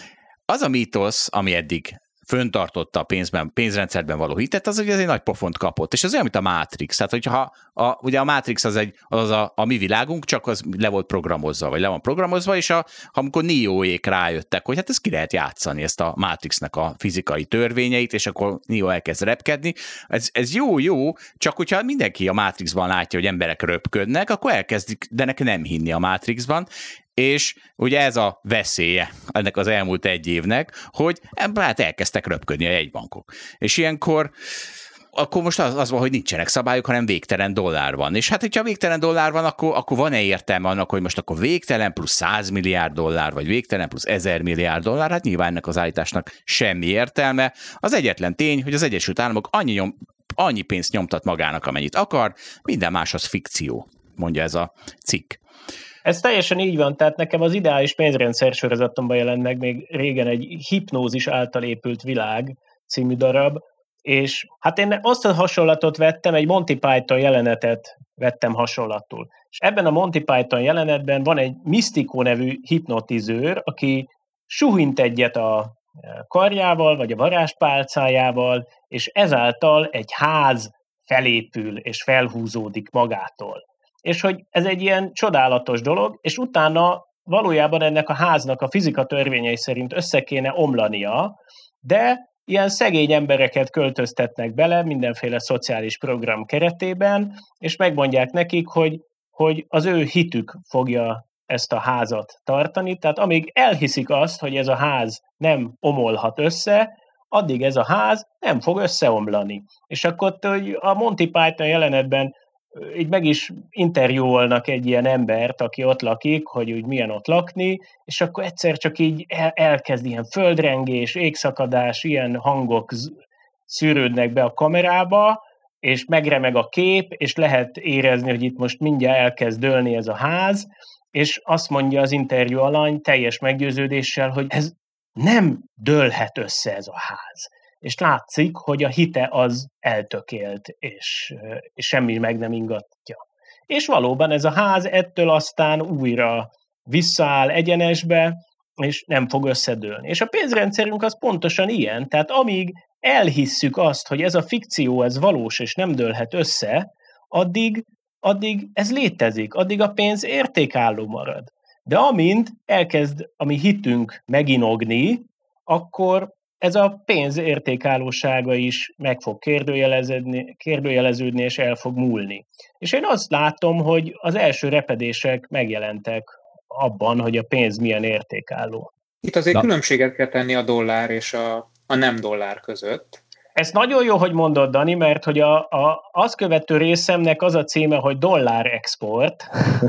az a mítosz, ami eddig föntartotta a pénzben, pénzrendszerben való hitet, az ugye egy nagy pofont kapott. És az olyan, mint a Matrix. Tehát, hogyha a, ugye a Matrix az, egy, az a, a mi világunk, csak az le volt programozva, vagy le van programozva, és a, amikor Neoék rájöttek, hogy hát ezt ki lehet játszani, ezt a Matrixnek a fizikai törvényeit, és akkor Neo elkezd repkedni. Ez, ez jó, jó, csak hogyha mindenki a Matrixban látja, hogy emberek röpködnek, akkor elkezdik, de neki nem hinni a Matrixban, és ugye ez a veszélye ennek az elmúlt egy évnek, hogy hát elkezdtek röpködni a jegybankok. És ilyenkor akkor most az, az van, hogy nincsenek szabályok, hanem végtelen dollár van. És hát, hogyha végtelen dollár van, akkor, akkor van-e értelme annak, hogy most akkor végtelen plusz száz milliárd dollár, vagy végtelen plusz ezer milliárd dollár? Hát nyilván ennek az állításnak semmi értelme. Az egyetlen tény, hogy az Egyesült Államok annyi, nyom, annyi pénzt nyomtat magának, amennyit akar, minden más az fikció, mondja ez a cikk. Ez teljesen így van, tehát nekem az Ideális pénzrendszer sorozatomban jelent meg még régen egy Hipnózis által épült világ című darab, és hát én azt a hasonlatot vettem, egy Monty Python jelenetet vettem hasonlatul. És ebben a Monty Python jelenetben van egy Mystico nevű hipnotizőr, aki suhint egyet a karjával, vagy a varázspálcájával, és ezáltal egy ház felépül és felhúzódik magától. És hogy ez egy ilyen csodálatos dolog, és utána valójában ennek a háznak a fizika törvényei szerint össze kéne omlania, de ilyen szegény embereket költöztetnek bele mindenféle szociális program keretében, és megmondják nekik, hogy, hogy az ő hitük fogja ezt a házat tartani, tehát amíg elhiszik azt, hogy ez a ház nem omolhat össze, addig ez a ház nem fog összeomlani. És akkor hogy a Monty Python jelenetben így meg is interjúolnak egy ilyen embert, aki ott lakik, hogy úgy milyen ott lakni, és akkor egyszer csak így el, elkezd ilyen földrengés, égszakadás, ilyen hangok szűrődnek be a kamerába, és megremeg a kép, és lehet érezni, hogy itt most mindjárt elkezd dőlni ez a ház, és azt mondja az interjú alany teljes meggyőződéssel, hogy ez nem dőlhet össze ez a ház. És látszik, hogy a hite az eltökélt, és, és semmi meg nem ingatja. És valóban ez a ház ettől aztán újra visszaáll egyenesbe, és nem fog összedőlni. És a pénzrendszerünk az pontosan ilyen, tehát amíg elhisszük azt, hogy ez a fikció, ez valós, és nem dőlhet össze, addig, addig ez létezik, addig a pénz értékálló marad. De amint elkezd a mi hitünk meginogni, akkor ez a pénz értékállósága is meg fog kérdőjeleződni, kérdőjeleződni, és el fog múlni. És én azt látom, hogy az első repedések megjelentek abban, hogy a pénz milyen értékálló. Itt azért Na. különbséget kell tenni a dollár és a, a nem dollár között. Ez nagyon jó, hogy mondod, Dani, mert hogy a, a, azt követő részemnek az a címe, hogy dollár export.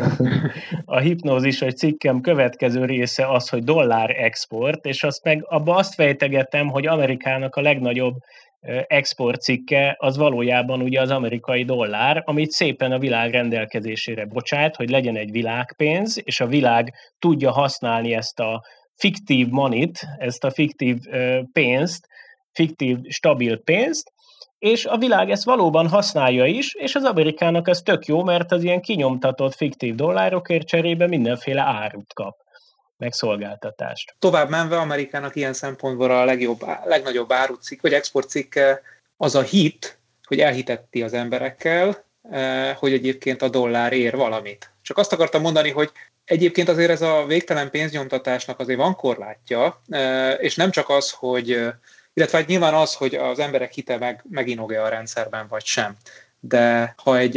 A hipnózis, vagy cikkem következő része az, hogy dollár export, és azt meg abba azt fejtegetem, hogy Amerikának a legnagyobb export cikke az valójában ugye az amerikai dollár, amit szépen a világ rendelkezésére bocsát, hogy legyen egy világpénz, és a világ tudja használni ezt a fiktív moneyt, ezt a fiktív pénzt, fiktív, stabil pénzt, és a világ ezt valóban használja is, és az Amerikának ez tök jó, mert az ilyen kinyomtatott fiktív dollárokért cserébe mindenféle árut kap, meg szolgáltatást. Tovább menve Amerikának ilyen szempontból a legjobb, legnagyobb árucikk, vagy exportcikke az a hit, hogy elhitetti az emberekkel, hogy egyébként a dollár ér valamit. Csak azt akartam mondani, hogy egyébként azért ez a végtelen pénznyomtatásnak azért van korlátja, és nem csak az, hogy illetve hát nyilván az, hogy az emberek hite meg, meginog-e a rendszerben, vagy sem. De ha egy ezt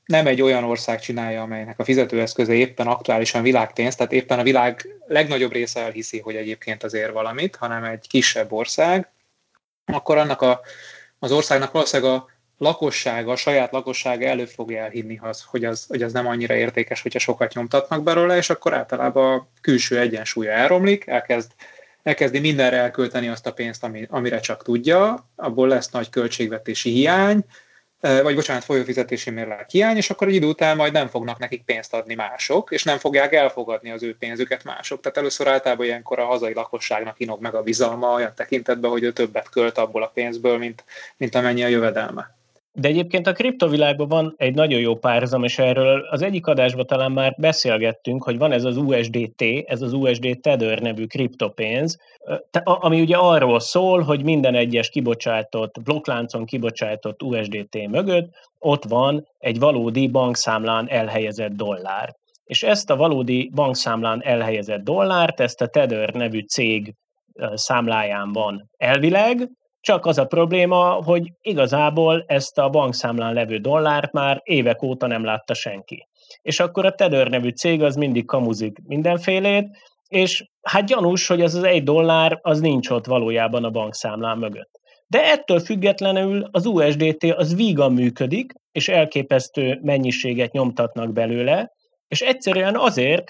nem egy olyan ország csinálja, amelynek a fizetőeszköze éppen aktuálisan világpénz, tehát éppen a világ legnagyobb része elhiszi, hogy egyébként az ér valamit, hanem egy kisebb ország, akkor annak a, az országnak valószínűleg a lakossága, a saját lakossága előbb fogja elhinni, az, hogy, az, hogy az nem annyira értékes, hogyha sokat nyomtatnak belőle, és akkor általában a külső egyensúlya elromlik, elkezd, elkezdi mindenre elkölteni azt a pénzt, ami, amire csak tudja, abból lesz nagy költségvetési hiány, vagy bocsánat, folyófizetési mérleg hiány, és akkor egy idő után majd nem fognak nekik pénzt adni mások, és nem fogják elfogadni az ő pénzüket mások. Tehát először általában ilyenkor a hazai lakosságnak inog meg a bizalma olyan tekintetben, hogy ő többet költ abból a pénzből, mint, mint amennyi a jövedelme. De egyébként a kriptovilágban van egy nagyon jó párhuzam, és erről az egyik adásban talán már beszélgettünk, hogy van ez az u es dé té, ez az u es dé Tether nevű kriptopénz, ami ugye arról szól, hogy minden egyes kibocsátott, blokkláncon kibocsátott u es dé té mögött ott van egy valódi bankszámlán elhelyezett dollár. És ezt a valódi bankszámlán elhelyezett dollárt, ezt a Tether nevű cég számláján van elvileg, csak az a probléma, hogy igazából ezt a bankszámlán levő dollárt már évek óta nem látta senki. És akkor a Tether nevű cég az mindig kamuzik mindenfélét, és hát gyanús, hogy az az egy dollár az nincs ott valójában a bankszámlán mögött. De ettől függetlenül az u es dé té az vígan működik, és elképesztő mennyiséget nyomtatnak belőle, és egyszerűen azért,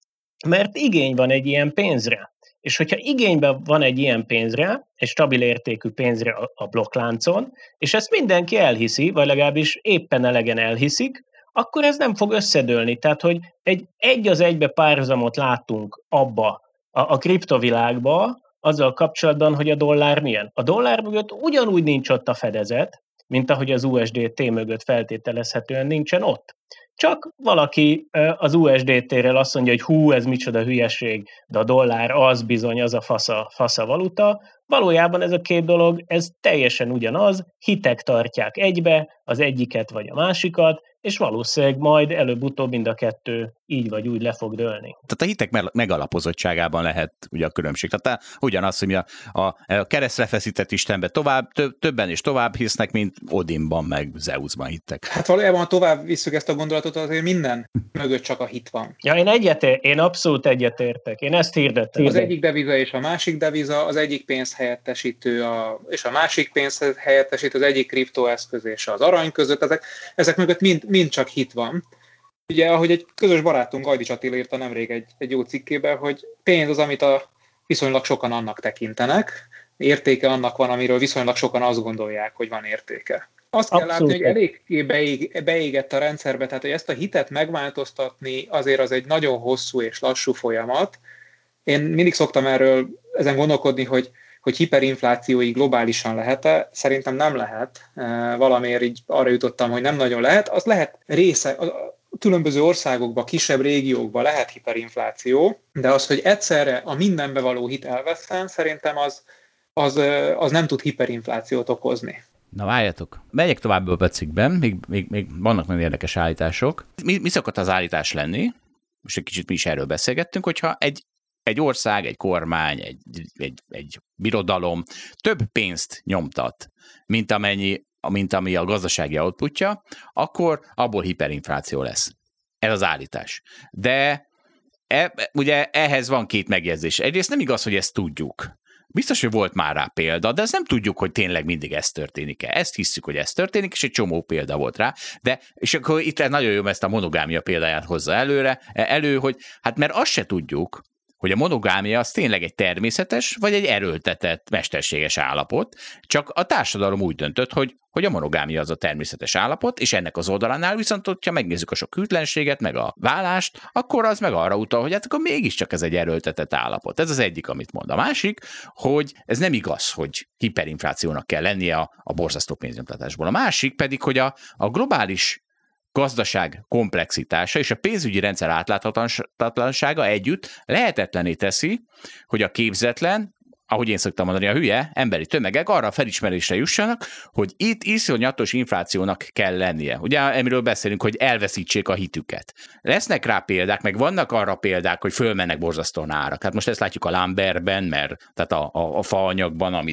mert igény van egy ilyen pénzre. És hogyha igényben van egy ilyen pénzre, egy stabil értékű pénzre a blokkláncon, és ezt mindenki elhiszi, vagy legalábbis éppen elegen elhiszik, akkor ez nem fog összedőlni. Tehát, hogy egy, egy az egybe párhuzamot látunk abba a, a kriptovilágba, azzal kapcsolatban, hogy a dollár milyen. A dollár mögött ugyanúgy nincs ott a fedezet, mint ahogy az u es dé té mögött feltételezhetően nincsen ott. Csak valaki az u es dé té-ről azt mondja, hogy hú, ez micsoda hülyeség, de a dollár az bizony, az a fasza, fasza valuta. Valójában ez a két dolog, ez teljesen ugyanaz, hitek tartják egybe, az egyiket vagy a másikat, és valószínűleg majd előbb-utóbb mind a kettő így vagy úgy le fog dőlni. Tehát a hitek megalapozottságában lehet ugye a különbség. Tehát ugyanaz, hogy a, a, a keresztre feszített Istenbe tovább, több, többen és tovább hisznek, mint Odinban meg Zeusban hittek. Hát valójában, ha tovább visszük ezt a gondolatot, azért minden mögött csak a hit van. Ja, én egyetér, én abszolút egyetértek. Én ezt hirdettem. Az egyik deviza és a másik deviza, az egyik pénz helyettesítő a, és a másik pénz helyettesítő, az egyik kriptoeszköz és az arany között. Ezek, ezek mögött mind, mind csak hit van. Ugye, ahogy egy közös barátunk, Gajdics Attila írta nemrég egy, egy jó cikkében, hogy pénz az, amit a viszonylag sokan annak tekintenek, értéke annak van, amiről viszonylag sokan azt gondolják, hogy van értéke. Azt kell Abszolút. látni, hogy eléggé beég, beégett a rendszerbe, tehát hogy ezt a hitet megváltoztatni azért az egy nagyon hosszú és lassú folyamat. Én mindig szoktam erről ezen gondolkodni, hogy hogy hiperinflációig globálisan lehet-e, szerintem nem lehet. Valamiért így arra jutottam, hogy nem nagyon lehet. Az lehet része, a különböző országokban, kisebb régiókban lehet hiperinfláció, de az, hogy egyszerre a mindenbe való hit elveszten, szerintem az, az, az nem tud hiperinflációt okozni. Na várjatok, megyek tovább a cikkben, még, még, még vannak nagyon érdekes állítások. Mi, mi szokott az állítás lenni? Most egy kicsit mi is erről beszélgettünk, hogyha egy egy ország, egy kormány, egy, egy, egy birodalom több pénzt nyomtat, mint, amennyi, mint ami a gazdasági outputja, akkor abból hiperinfláció lesz. Ez az állítás. De e, ugye ehhez van két megjegyzés. Egyrészt nem igaz, hogy ezt tudjuk. Biztos, hogy volt már rá példa, de ezt nem tudjuk, hogy tényleg mindig ez történik-e. Ezt hisszük, hogy ez történik, és egy csomó példa volt rá. De, és akkor itt nagyon jó, ezt a monogámia példáját hozza előre, elő, hogy hát mert azt se tudjuk, hogy a monogámia az tényleg egy természetes, vagy egy erőltetett, mesterséges állapot, csak a társadalom úgy döntött, hogy, hogy a monogámia az a természetes állapot, és ennek az oldalánál viszont, hogyha megnézzük a sok hűtlenséget, meg a vállást, akkor az meg arra utal, hogy hát akkor mégiscsak ez egy erőltetett állapot. Ez az egyik, amit mond. A másik, hogy ez nem igaz, hogy hiperinflációnak kell lennie a, a borzasztó pénznyomtatásból. A másik pedig, hogy a, a globális gazdaság komplexitása és a pénzügyi rendszer átláthatatlansága együtt lehetetlené teszi, hogy a képzetlen, ahogy én szoktam mondani, a hülye emberi tömegek arra a felismerésre jussanak, hogy itt iszonyatos inflációnak kell lennie. Ugye, amiről beszélünk, hogy elveszítsék a hitüket. Lesznek rá példák, meg vannak arra példák, hogy fölmennek borzasztóan árak. Hát most ezt látjuk a lumberben, mert tehát a, a, a faanyagban, amit a,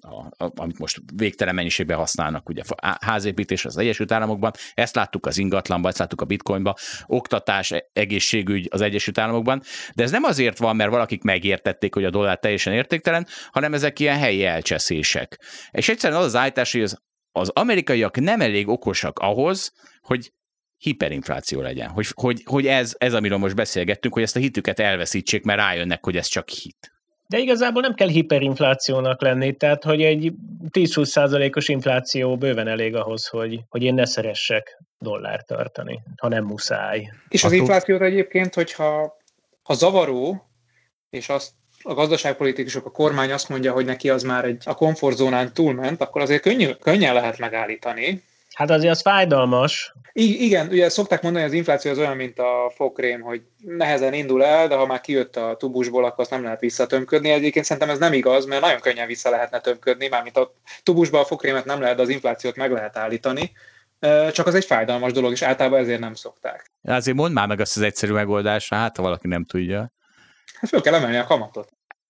a, a, amit most végtelen mennyiségben használnak, ugye házépítés az Egyesült Államokban, ezt láttuk az ingatlanban, ezt láttuk a bitcoinban, oktatás, egészségügy az Egyesült Államokban, de ez nem azért van, mert valakik megértették, hogy a dollár teljesen értéktelen, hanem ezek ilyen helyi elcseszések. És egyszerűen az az állítás, hogy az, az amerikaiak nem elég okosak ahhoz, hogy hiperinfláció legyen. Hogy, hogy, hogy ez, ez, amiről most beszélgettünk, hogy ezt a hitüket elveszítsék, mert rájönnek, hogy ez csak hit. De igazából nem kell hiperinflációnak lenni, tehát hogy egy tíz-húsz százalékos infláció bőven elég ahhoz, hogy, hogy én ne szeressek dollárt tartani, ha nem muszáj. És az inflációt egyébként, hogyha ha zavaró, és azt a gazdaságpolitikusok, a kormány azt mondja, hogy neki az már egy, a komfortzónán túlment, akkor azért könnyű, könnyen lehet megállítani. Hát azért az fájdalmas. I- igen, ugye szokták mondani, hogy az infláció az olyan, mint a fogkrém, hogy nehezen indul el, de ha már kijött a tubusból, akkor azt nem lehet visszatömködni. Egyébként szerintem ez nem igaz, mert nagyon könnyen vissza lehetne tömködni, mármint a tubusba a fogkrémet nem lehet, de az inflációt meg lehet állítani. Csak az egy fájdalmas dolog, és általában ezért nem szokták. Azért mondd már meg azt az egyszerű megoldást, hát ha valaki nem tudja. Hát föl kell emelni a kamatot.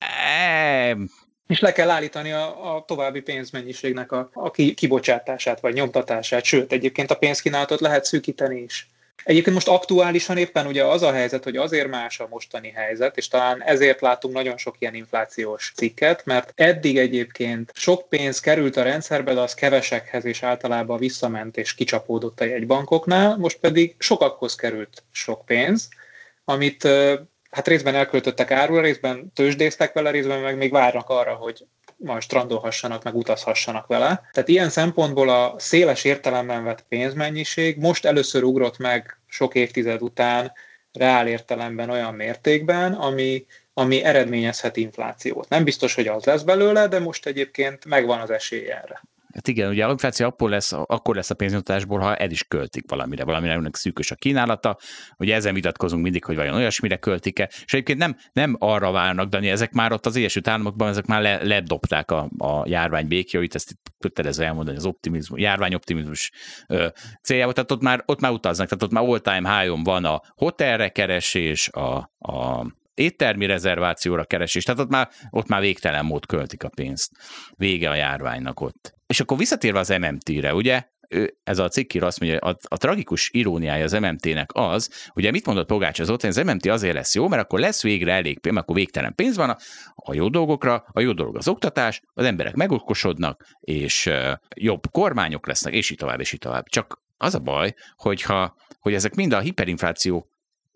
E- És le kell állítani a, a további pénzmennyiségnek a, a kibocsátását, vagy nyomtatását, sőt, egyébként a pénzkínálatot lehet szűkíteni is. Egyébként most aktuálisan éppen ugye az a helyzet, hogy azért más a mostani helyzet, és talán ezért látunk nagyon sok ilyen inflációs cikket, mert eddig egyébként sok pénz került a rendszerbe, de az kevesekhez és általában visszament és kicsapódott a jegybankoknál, most pedig sokakhoz került sok pénz, amit hát részben elköltöttek árul, részben tőzsdéztek vele, részben meg még várnak arra, hogy majd strandolhassanak, meg utazhassanak vele. Tehát ilyen szempontból a széles értelemben vett pénzmennyiség most először ugrott meg sok évtized után reál értelemben olyan mértékben, ami, ami eredményezhet inflációt. Nem biztos, hogy az lesz belőle, de most egyébként megvan az esély erre. Hát igen, ugye a infláció akkor lesz, akkor lesz a pénznyújtásból, ha el is költik valamire, valamire szűkös a kínálata. Ugye ezen vitatkozunk mindig, hogy vajon olyasmire költik-e, és egyébként nem, nem arra várnak, Dani, ezek már ott az Egyesült Államokban, ezek már le, ledobták a, a járvány békjait, ezt kötelező elmondani, az optimizmus, járványoptimizmus ö, céljából, tehát ott már, ott már utaznak, tehát ott már all-time high-on van a hotelre keresés, a, a éttermi rezervációra keresés, tehát ott már, ott már végtelen mód költik a pénzt. Vége a járványnak ott. És akkor visszatérve az em em té-re, ugye, ez a cikkír azt mondja, a, a tragikus iróniája az em em té-nek az, ugye mit mondott Pogács az ott, az em em té azért lesz jó, mert akkor lesz végre elég pénz, akkor végtelen pénz van a, a jó dolgokra, a jó dolog az oktatás, az emberek megokosodnak, és uh, jobb kormányok lesznek, és így tovább, és így tovább. Csak az a baj, hogyha, hogy ezek mind a hiperinfláció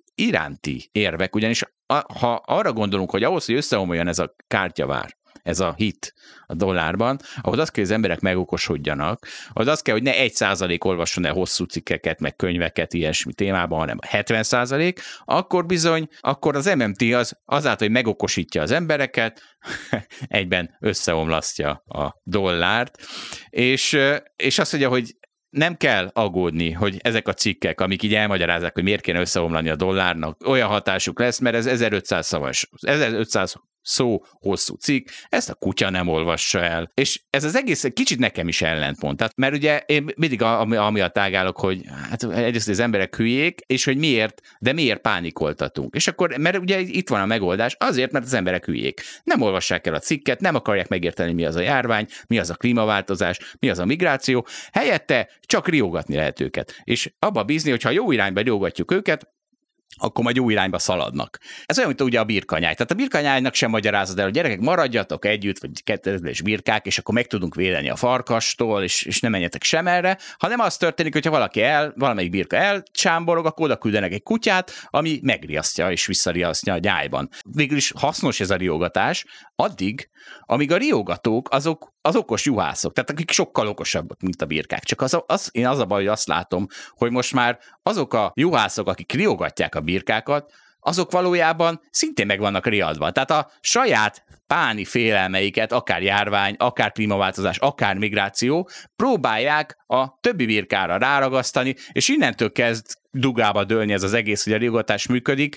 iránti érvek, ugyanis a, ha arra gondolunk, hogy ahhoz, hogy összeomoljon ez a kártyavár, ez a hit a dollárban, ahhoz azt kell, hogy az emberek megokosodjanak, ahhoz azt kell, hogy ne egy százalék olvasson el hosszú cikkeket, meg könyveket ilyesmi témában, hanem hetven százalék, akkor bizony, akkor az em em té az azáltal, hogy megokosítja az embereket, egyben összeomlasztja a dollárt, és, és azt mondja, hogy nem kell aggódni, hogy ezek a cikkek, amik így elmagyarázzák, hogy miért kéne összeomlani a dollárnak, olyan hatásuk lesz, mert ez ezerötszáz szavas, ezerötszáz szó hosszú cikk, ezt a kutya nem olvassa el. És ez az egész kicsit nekem is ellentmond. Tehát, mert ugye én mindig amiatt ágálok, hogy hát egyrészt az emberek hülyék, és hogy miért, de miért pánikoltatunk. És akkor, mert ugye itt van a megoldás, azért, mert az emberek hülyék. Nem olvassák el a cikket, nem akarják megérteni, mi az a járvány, mi az a klímaváltozás, mi az a migráció, helyette csak riogatni lehet őket. És abba bízni, hogyha jó irányba riogatjuk őket, akkor majd jó irányba szaladnak. Ez olyan, mint ugye a birkanyáj. Tehát a birkanyájnak sem magyarázod el, hogy gyerekek, maradjatok együtt, vagy kettős birkák, és akkor meg tudunk védeni a farkastól, és, és nem menjetek sem erre, hanem az történik, hogyha valaki el, valamelyik birka elcsámborog, akkor oda küldenek egy kutyát, ami megriasztja és visszariasztja a gyájban. Végül is hasznos ez a riogatás, addig, amíg a riogatók azok az okos juhászok, tehát akik sokkal okosabbak, mint a birkák. Csak az, az, én az a baj, hogy azt látom, hogy most már azok a juhászok, akik riogatják a birkákat, azok valójában szintén meg vannak riadva. Tehát a saját páni félelmeiket, akár járvány, akár klímaváltozás, akár migráció, próbálják a többi birkára ráragasztani, és innentől kezd dugába dőlni ez az egész, hogy a riogatás működik.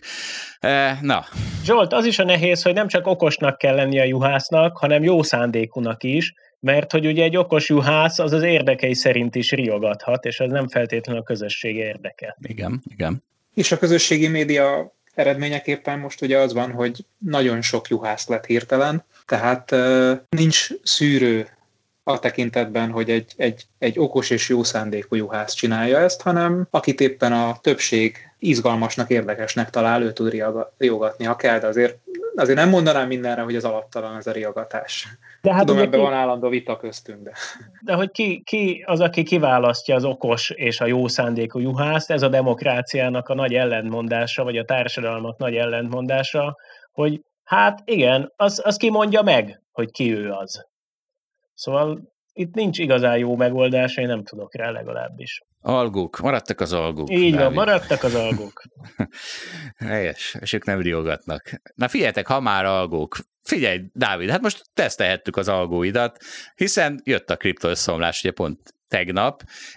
Na. Zsolt, az is a nehéz, hogy nem csak okosnak kell lenni a juhásznak, hanem jó szándékúnak is, mert hogy ugye egy okos juhász az az érdekei szerint is riogathat, és az nem feltétlenül a közösség érdeke. Igen, igen. És a közösségi média eredményeképpen most ugye az van, hogy nagyon sok juhász lett hirtelen, tehát nincs szűrő a tekintetben, hogy egy, egy, egy okos és jó szándékú juhász csinálja ezt, hanem akit éppen a többség izgalmasnak, érdekesnek talál, ő tud riogatni, ha kell, de azért, azért nem mondanám mindenre, hogy ez alaptalan ez a riogatás. De hát tudom, ebben ki... van állandó vita köztünk. De, de hogy ki, ki az, aki kiválasztja az okos és a jó szándékú juhászt, ez a demokráciának a nagy ellentmondása, vagy a társadalmak nagy ellentmondása, hogy hát igen, az, az ki mondja meg, hogy ki ő az. Szóval itt nincs igazán jó megoldás, én nem tudok rá legalábbis. Algók, maradtak az algók. Így Dávid. Van, maradtak az algók. Helyes, és ők nem riogatnak. Na figyeljetek, ha már algók, figyelj, Dávid, hát most tesztelhettük az algóidat, hiszen jött a kriptoösszeomlás, ugye pont tegnap,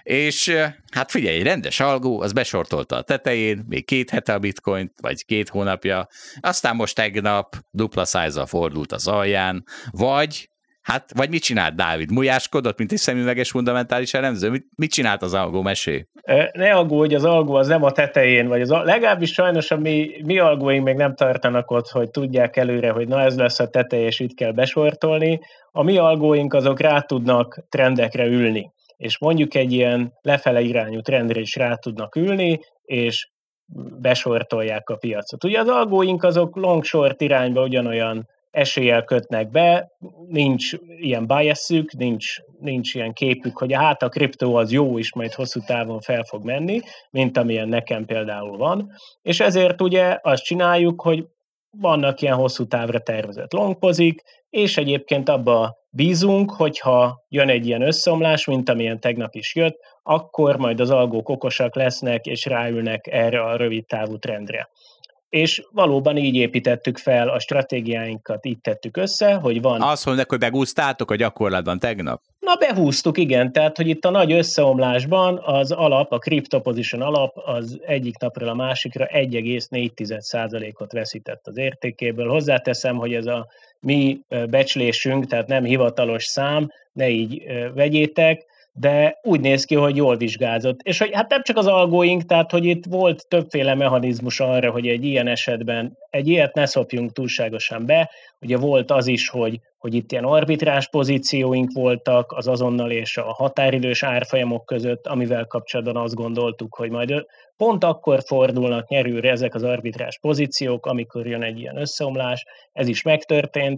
és hát figyelj, egy rendes algó, az besortolta a tetején, még két hete a bitcoint, vagy két hónapja, aztán most tegnap dupla szájzzal fordult az alján, vagy Hát, vagy mit csinált Dávid? Mújáskodott, mint egy szemüveges fundamentális elemző? Mit, mit csinált az algó? Mesélj? Ne aggódj, az algó az nem a tetején, vagy az a, legalábbis sajnos a mi, mi algóink még nem tartanak ott, hogy tudják előre, hogy na ez lesz a teteje, és itt kell besortolni. A mi algóink azok rá tudnak trendekre ülni, és mondjuk egy ilyen lefele irányú trendre is rá tudnak ülni, és besortolják a piacot. Ugye az algóink azok long-short irányba ugyanolyan eséllyel kötnek be, nincs ilyen biasük, nincs, nincs ilyen képük, hogy hát a kriptó az jó is, majd hosszú távon fel fog menni, mint amilyen nekem például van, és ezért ugye azt csináljuk, hogy vannak ilyen hosszú távra tervezett longpozik, és egyébként abba bízunk, hogyha jön egy ilyen összeomlás, mint amilyen tegnap is jött, akkor majd az algók okosak lesznek, és ráülnek erre a rövid távú trendre. És valóban így építettük fel a stratégiáinkat, így tettük össze, hogy van... Azt mondják, hogy begúztátok a gyakorlatban tegnap? Na, behúztuk, igen, tehát, hogy itt a nagy összeomlásban az alap, a crypto position alap az egyik napról a másikra egy egész négy százalékot veszített az értékéből. Hozzáteszem, hogy ez a mi becslésünk, tehát nem hivatalos szám, ne így vegyétek, de úgy néz ki, hogy jól vizsgázott. És hogy hát nem csak az algóink, tehát hogy itt volt többféle mechanizmus arra, hogy egy ilyen esetben egy ilyet ne szopjunk túlságosan be. Ugye volt az is, hogy, hogy itt ilyen arbitrás pozícióink voltak az azonnal és a határidős árfolyamok között, amivel kapcsolatban azt gondoltuk, hogy majd pont akkor fordulnak nyerőre ezek az arbitrás pozíciók, amikor jön egy ilyen összeomlás. Ez is megtörtént.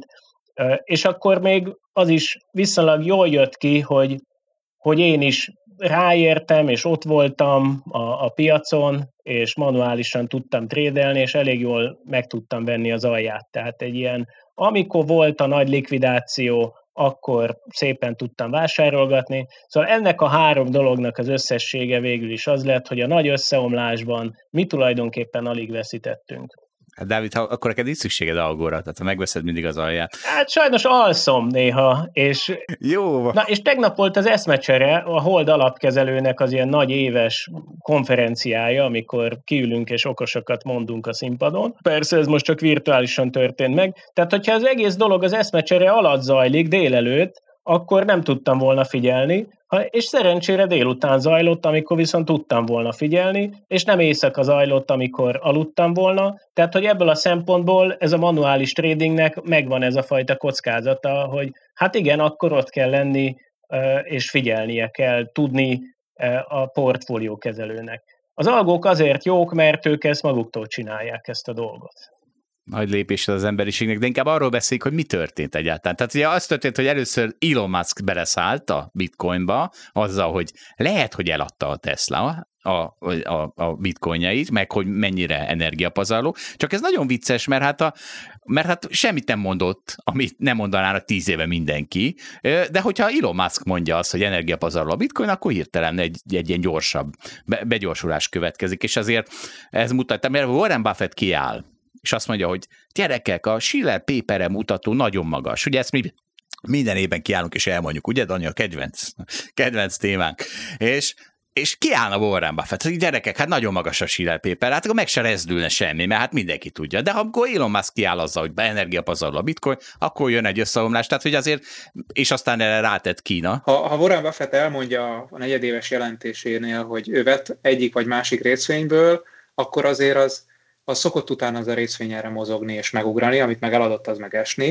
És akkor még az is viszonylag jól jött ki, hogy hogy én is ráértem, és ott voltam a, a piacon, és manuálisan tudtam trédelni, és elég jól meg tudtam venni az alját. Tehát egy ilyen, amikor volt a nagy likvidáció, akkor szépen tudtam vásárolgatni. Szóval ennek a három dolognak az összessége végül is az lett, hogy a nagy összeomlásban mi tulajdonképpen alig veszítettünk. Hát Dávid, ha, akkor neked is szükséged algóra, tehát ha megveszed mindig az alját. Hát sajnos alszom néha, és... Jó. Na, és tegnap volt az eszmecsere, a Hold alapkezelőnek az ilyen nagy éves konferenciája, amikor kiülünk és okosokat mondunk a színpadon. Persze ez most csak virtuálisan történt meg. Tehát, hogyha az egész dolog az eszmecsere alatt zajlik délelőtt, akkor nem tudtam volna figyelni, és szerencsére délután zajlott, amikor viszont tudtam volna figyelni, és nem éjszaka zajlott, amikor aludtam volna, tehát hogy ebből a szempontból ez a manuális tradingnek megvan ez a fajta kockázata, hogy hát igen, akkor ott kell lenni, és figyelnie kell, tudni a portfóliókezelőnek. Az algók azért jók, mert ők ezt maguktól csinálják, ezt a dolgot. Nagy lépés az emberiségnek, de inkább arról beszéljük, hogy mi történt egyáltalán. Tehát ugye az történt, hogy először Elon Musk beleszállt a bitcoinba, azzal, hogy lehet, hogy eladta a Tesla a, a, a bitcoinjait, meg hogy mennyire energiapazarló. Csak ez nagyon vicces, mert hát, a, mert hát semmit nem mondott, amit nem mondanának tíz éve mindenki, de hogyha Elon Musk mondja azt, hogy energiapazarló a bitcoin, akkor hirtelen egy, egy ilyen gyorsabb begyorsulás következik, és azért ez mutatja, mert Warren Buffett kiáll, és azt mondja, hogy gyerekek, a Shiller Paper mutató nagyon magas. Ugye ezt mi minden évben kiállunk és elmondjuk, ugye, Dani, a kedvenc, kedvenc témánk. És, és kiállna Warren Buffett, hogy gyerekek, hát nagyon magas a Shiller Paper, hát akkor meg se rezdülne semmi, mert hát mindenki tudja. De ha akkor Elon Musk kiáll azzal, hogy energiapazarló a bitcoin, akkor jön egy összeomlás, tehát hogy azért, és aztán erre rátett Kína. Ha, ha Warren Buffett elmondja a negyedéves jelentésénél, hogy ő vett egyik vagy másik részvényből, akkor azért az az szokott utána az a részvény erre mozogni és megugrani, amit meg eladott, az meg esni.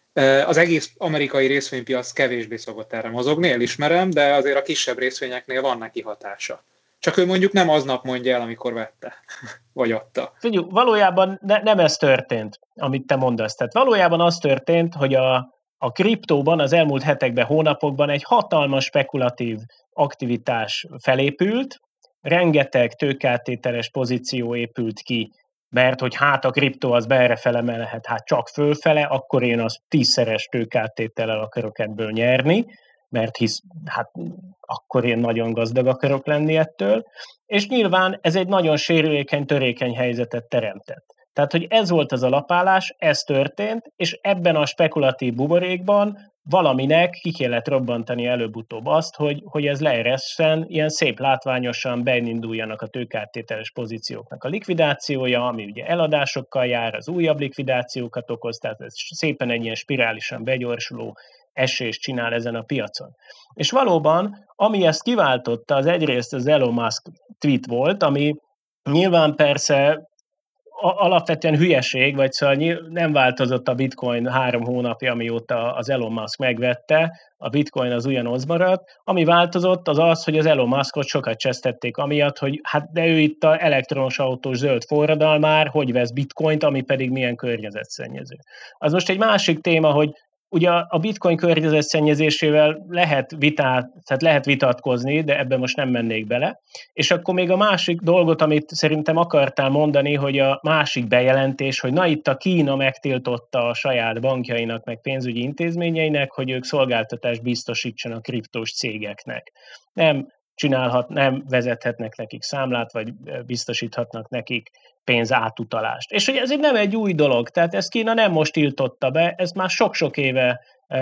Az egész amerikai részvénypiac kevésbé szokott erre mozogni, elismerem, de azért a kisebb részvényeknél van neki hatása. Csak ő mondjuk nem aznap mondja el, amikor vette, vagy adta. Figyelj, valójában ne, nem ez történt, amit te mondasz. Tehát valójában az történt, hogy a, a kriptóban az elmúlt hetekben, hónapokban egy hatalmas spekulatív aktivitás felépült, rengeteg tőkeáttételes pozíció épült ki, mert hogy hát a kriptó az beerrefele mehet, hát csak fölfele, akkor én az tízszeres tőkeáttétellel akarok ebből nyerni, mert hisz, hát akkor én nagyon gazdag akarok lenni ettől, és nyilván ez egy nagyon sérülékeny, törékeny helyzetet teremtett. Tehát, hogy ez volt az alapállás, ez történt, és ebben a spekulatív buborékban valaminek ki kellett robbantani előbb-utóbb azt, hogy, hogy ez leeresszen, ilyen szép látványosan beinduljanak a tőkeáttételes pozícióknak a likvidációja, ami ugye eladásokkal jár, az újabb likvidációkat okoz, tehát ez szépen egy ilyen spirálisan begyorsuló esést csinál ezen a piacon. És valóban, ami ezt kiváltotta, az egyrészt az Elon Musk tweet volt, ami nyilván persze alapvetően hülyeség, vagy szóval nem változott a bitcoin három hónapja, amióta az Elon Musk megvette, a bitcoin az ugyanaz maradt. Ami változott, az az, hogy az Elon Muskot sokat csesztették amiatt, hogy hát de ő itt a elektromos autós zöld forradalmár, hogy vesz bitcoint, ami pedig milyen környezetszennyező. Az most egy másik téma, hogy ugye a bitcoin környezetszennyezésével lehet vitát, tehát lehet vitatkozni, de ebben most nem mennék bele. És akkor még a másik dolgot, amit szerintem akartál mondani, hogy a másik bejelentés, hogy na itt a Kína megtiltotta a saját bankjainak, meg pénzügyi intézményeinek, hogy ők szolgáltatást biztosítsanak kriptós cégeknek. Nem csinálhat, nem vezethetnek nekik számlát, vagy biztosíthatnak nekik pénz átutalást. És hogy ez nem egy új dolog, tehát ezt Kína nem most tiltotta be, ez már sok-sok éve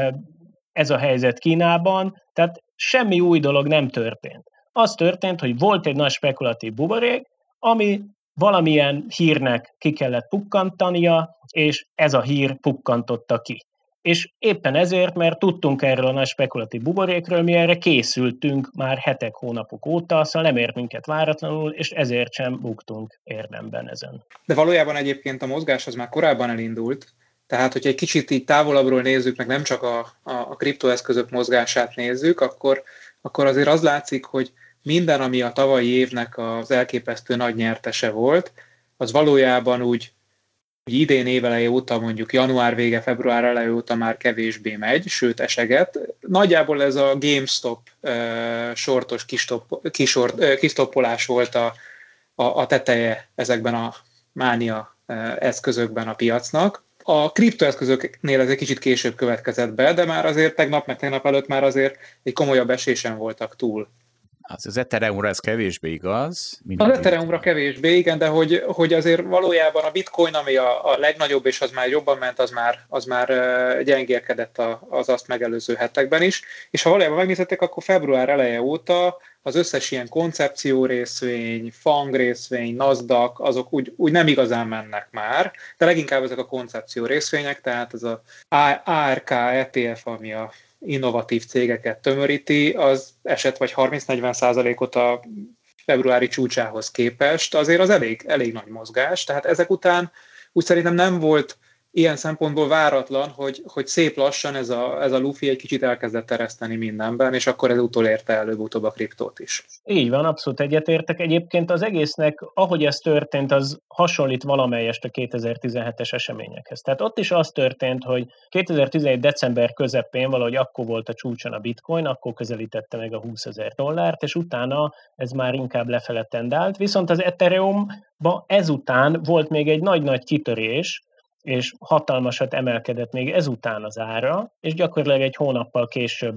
ez a helyzet Kínában, tehát semmi új dolog nem történt. Az történt, hogy volt egy nagy spekulatív buborék, ami valamilyen hírnek ki kellett pukkantania, és ez a hír pukkantotta ki. És éppen ezért, mert tudtunk erről a nagy spekulatív buborékről, mi erre készültünk már hetek, hónapok óta, szóval nem ért minket váratlanul, és ezért sem buktunk érdemben ezen. De valójában egyébként a mozgás az már korábban elindult, tehát hogyha egy kicsit így távolabbról nézzük, meg nem csak a, a, a kriptoeszközök mozgását nézzük, akkor, akkor azért az látszik, hogy minden, ami a tavalyi évnek az elképesztő nagy nyertese volt, az valójában úgy hogy idén éveleje óta, mondjuk január vége, február eleje óta már kevésbé megy, sőt eseget. Nagyjából ez a GameStop uh, sortos kistopp, kisort, uh, kistoppolás volt a, a, a teteje ezekben a mánia uh, eszközökben a piacnak. A kriptoeszközöknél ez egy kicsit később következett be, de már azért tegnap, meg tegnap előtt már azért egy komolyabb esésen voltak túl. Az, az Ethereumra ez kevésbé igaz. Az Ethereumra kevésbé, igen, de hogy, hogy azért valójában a Bitcoin, ami a, a legnagyobb, és az már jobban ment, az már, az már gyengélkedett az azt megelőző hetekben is. És ha valójában megnézhettek, akkor február eleje óta az összes ilyen koncepció részvény, fang részvény, NASDAQ, azok úgy, úgy nem igazán mennek már, de leginkább ezek a koncepció részvények, tehát ez a á er ká é té ef, ami a innovatív cégeket tömöríti, az esett vagy harminc-negyven százalékot a februári csúcsához képest, azért az elég, elég nagy mozgás, tehát ezek után úgy szerintem nem volt ilyen szempontból váratlan, hogy, hogy szép lassan ez a, ez a lufi egy kicsit elkezdett tereszteni mindenben, és akkor ez utolérte előbb-utóbb a kriptót is. Így van, abszolút egyetértek. Egyébként az egésznek, ahogy ez történt, az hasonlít valamelyest a kétezer-tizenhetes eseményekhez. Tehát ott is az történt, hogy kétezer-tizenegy december közepén valahogy akkor volt a csúcson a bitcoin, akkor közelítette meg a húszezer dollárt, és utána ez már inkább lefele tendált. Viszont az Ethereumban ezután volt még egy nagy-nagy kitörés, és hatalmasat emelkedett még ezután az ára, és gyakorlatilag egy hónappal később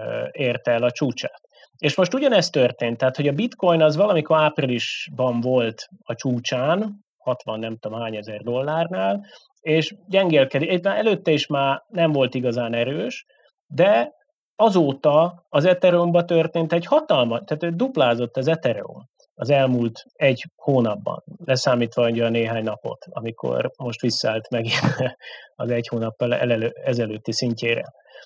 érte el a csúcsát. És most ugyanezt történt, tehát hogy a bitcoin az valamikor áprilisban volt a csúcsán, hatvan nem tudom hány ezer dollárnál, és gyengélkedik, előtte is már nem volt igazán erős, de azóta az Ethereumban történt egy hatalmas, tehát duplázott az Ethereum az elmúlt egy hónapban, leszámítva a néhány napot, amikor most visszaállt megint az egy hónappal elelő, ezelőtti szintjére.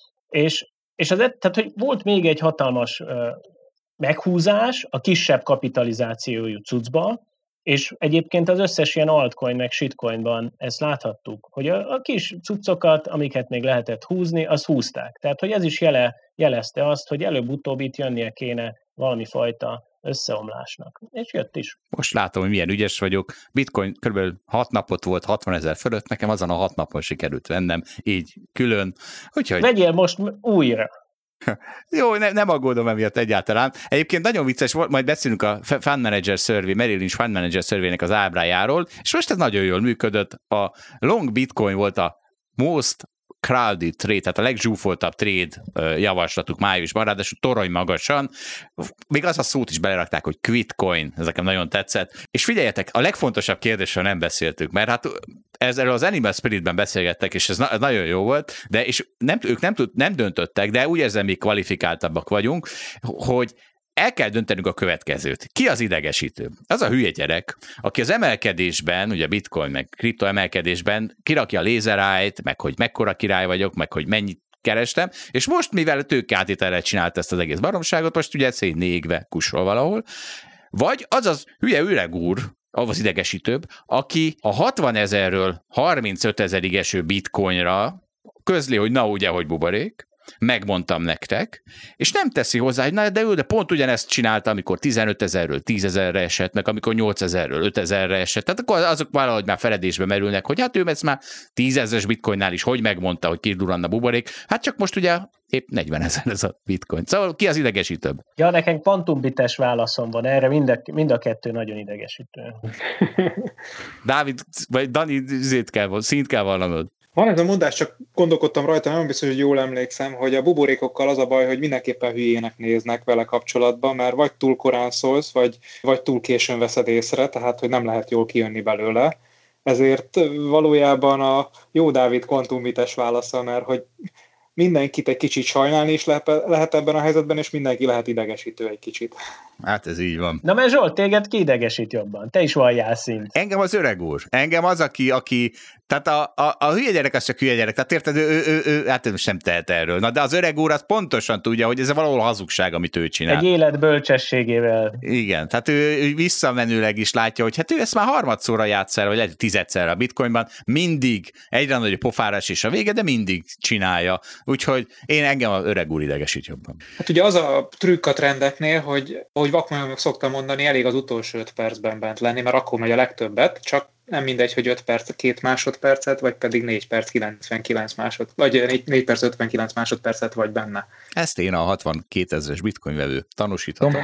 És, és az, tehát, hogy volt még egy hatalmas uh, meghúzás a kisebb kapitalizációjú cuccba, És egyébként az összes ilyen altcoin meg shitcoinban ezt láthattuk, hogy a, a kis cuccokat, amiket még lehetett húzni, az húzták. Tehát, hogy ez is jele, jelezte azt, hogy előbb-utóbb itt jönnie kéne valami fajta összeomlásnak. És jött is. Most látom, hogy milyen ügyes vagyok. Bitcoin kb. hat napot volt hatvanezer fölött, nekem azon a hat napon sikerült vennem, így külön. Úgyhogy... Vegyél most újra. Jó, ne, nem aggódom emiatt egyáltalán. Egyébként nagyon vicces volt, majd beszélünk a Fund Manager Survey, Merrill Lynch Fund Manager Survey-nek az ábrájáról, és most ez nagyon jól működött. A long Bitcoin volt a most crowded trade, tehát a legzsúfoltabb trade javaslatuk májusban, ráadásul torony magasan. Még az a szót is belerakták, hogy quitcoin, ez nekem nagyon tetszett. És figyeljetek, a legfontosabb kérdésről nem beszéltük, mert hát ezzel az Animal Spiritben beszélgettek, és ez, na- ez nagyon jó volt, de és nem, ők nem, tud, nem döntöttek, de úgy érzem, mi kvalifikáltabbak vagyunk, hogy el kell döntenünk a következőt. Ki az idegesítő? Az a hülye gyerek, aki az emelkedésben, ugye bitcoin meg kripto emelkedésben kirakja a laser eye-t, meg hogy mekkora király vagyok, meg hogy mennyit kerestem, és most, mivel tőkeáttételre csinált ezt az egész baromságot, most ugye szétné égve kusol valahol, vagy az az hülye öreg úr, az idegesítőbb, aki a hatvanezerről harmincötezerig eső bitcoinra közli, hogy na ugye, hogy buborék, megmondtam nektek, és nem teszi hozzá, hogy na, de ő de pont ugyanezt csinálta, amikor tizenötezerről tízezerre esett, meg amikor nyolcezerről ötezerre esett, tehát akkor azok valahogy már feledésbe merülnek, hogy hát ő ezt már tízezres bitcoinnál is hogy megmondta, hogy kiduranna buborék, hát csak most ugye épp negyvenezer ez a bitcoin. Szóval ki az idegesítőbb? Ja, nekem kvantumbites válaszom van erre, mind a, mind a kettő nagyon idegesítő. Dávid, vagy Dani, szint kell, szint kell vallanod. Van ez a mondás, csak gondolkodtam rajta, nem biztos, hogy jól emlékszem, hogy a buborékokkal az a baj, hogy mindenképpen hülyének néznek vele kapcsolatban, mert vagy túl korán szólsz, vagy, vagy túl későn veszed észre, tehát hogy nem lehet jól kijönni belőle. Ezért valójában a jó Dávid kvantumbites válasza, mert hogy mindenkit egy kicsit sajnálni is lehet ebben a helyzetben, és mindenki lehet idegesítő egy kicsit. Hát ez így van. Na mert Zsolt, téged ki idegesít jobban? Te is valljál szint. Engem az öreg úr. Engem az, aki, aki tehát a, a, a hülye gyerek az csak hülye gyerek. Tehát érted, ő, ő, ő, ő hát most nem tehet erről. Na de az öreg úr az pontosan tudja, hogy ez valahol hazugság, amit ő csinál. Egy élet bölcsességével. Igen, tehát ő, ő visszamenőleg is látja, hogy hát ő ezt már harmadszorra játsz el, vagy egy tizedszer a bitcoinban, mindig egyre nagyobb pofárás és a vége, de mindig csinálja. Úgyhogy én engem az öreg úr idegesít jobban. Hát ugye az a trükk a trendeknél, hogy, hogy vakmajomok szoktam mondani, elég az utolsó öt percben bent lenni, mert akkor megy a legtöbbet, csak nem mindegy, hogy öt perc, két másodpercet, vagy pedig négy perc, kilencvenkilenc másod, vagy négy perc, ötvenkilenc másodpercet vagy benne. Ezt én a hatvankétezres bitcoin vevő tanúsíthatom.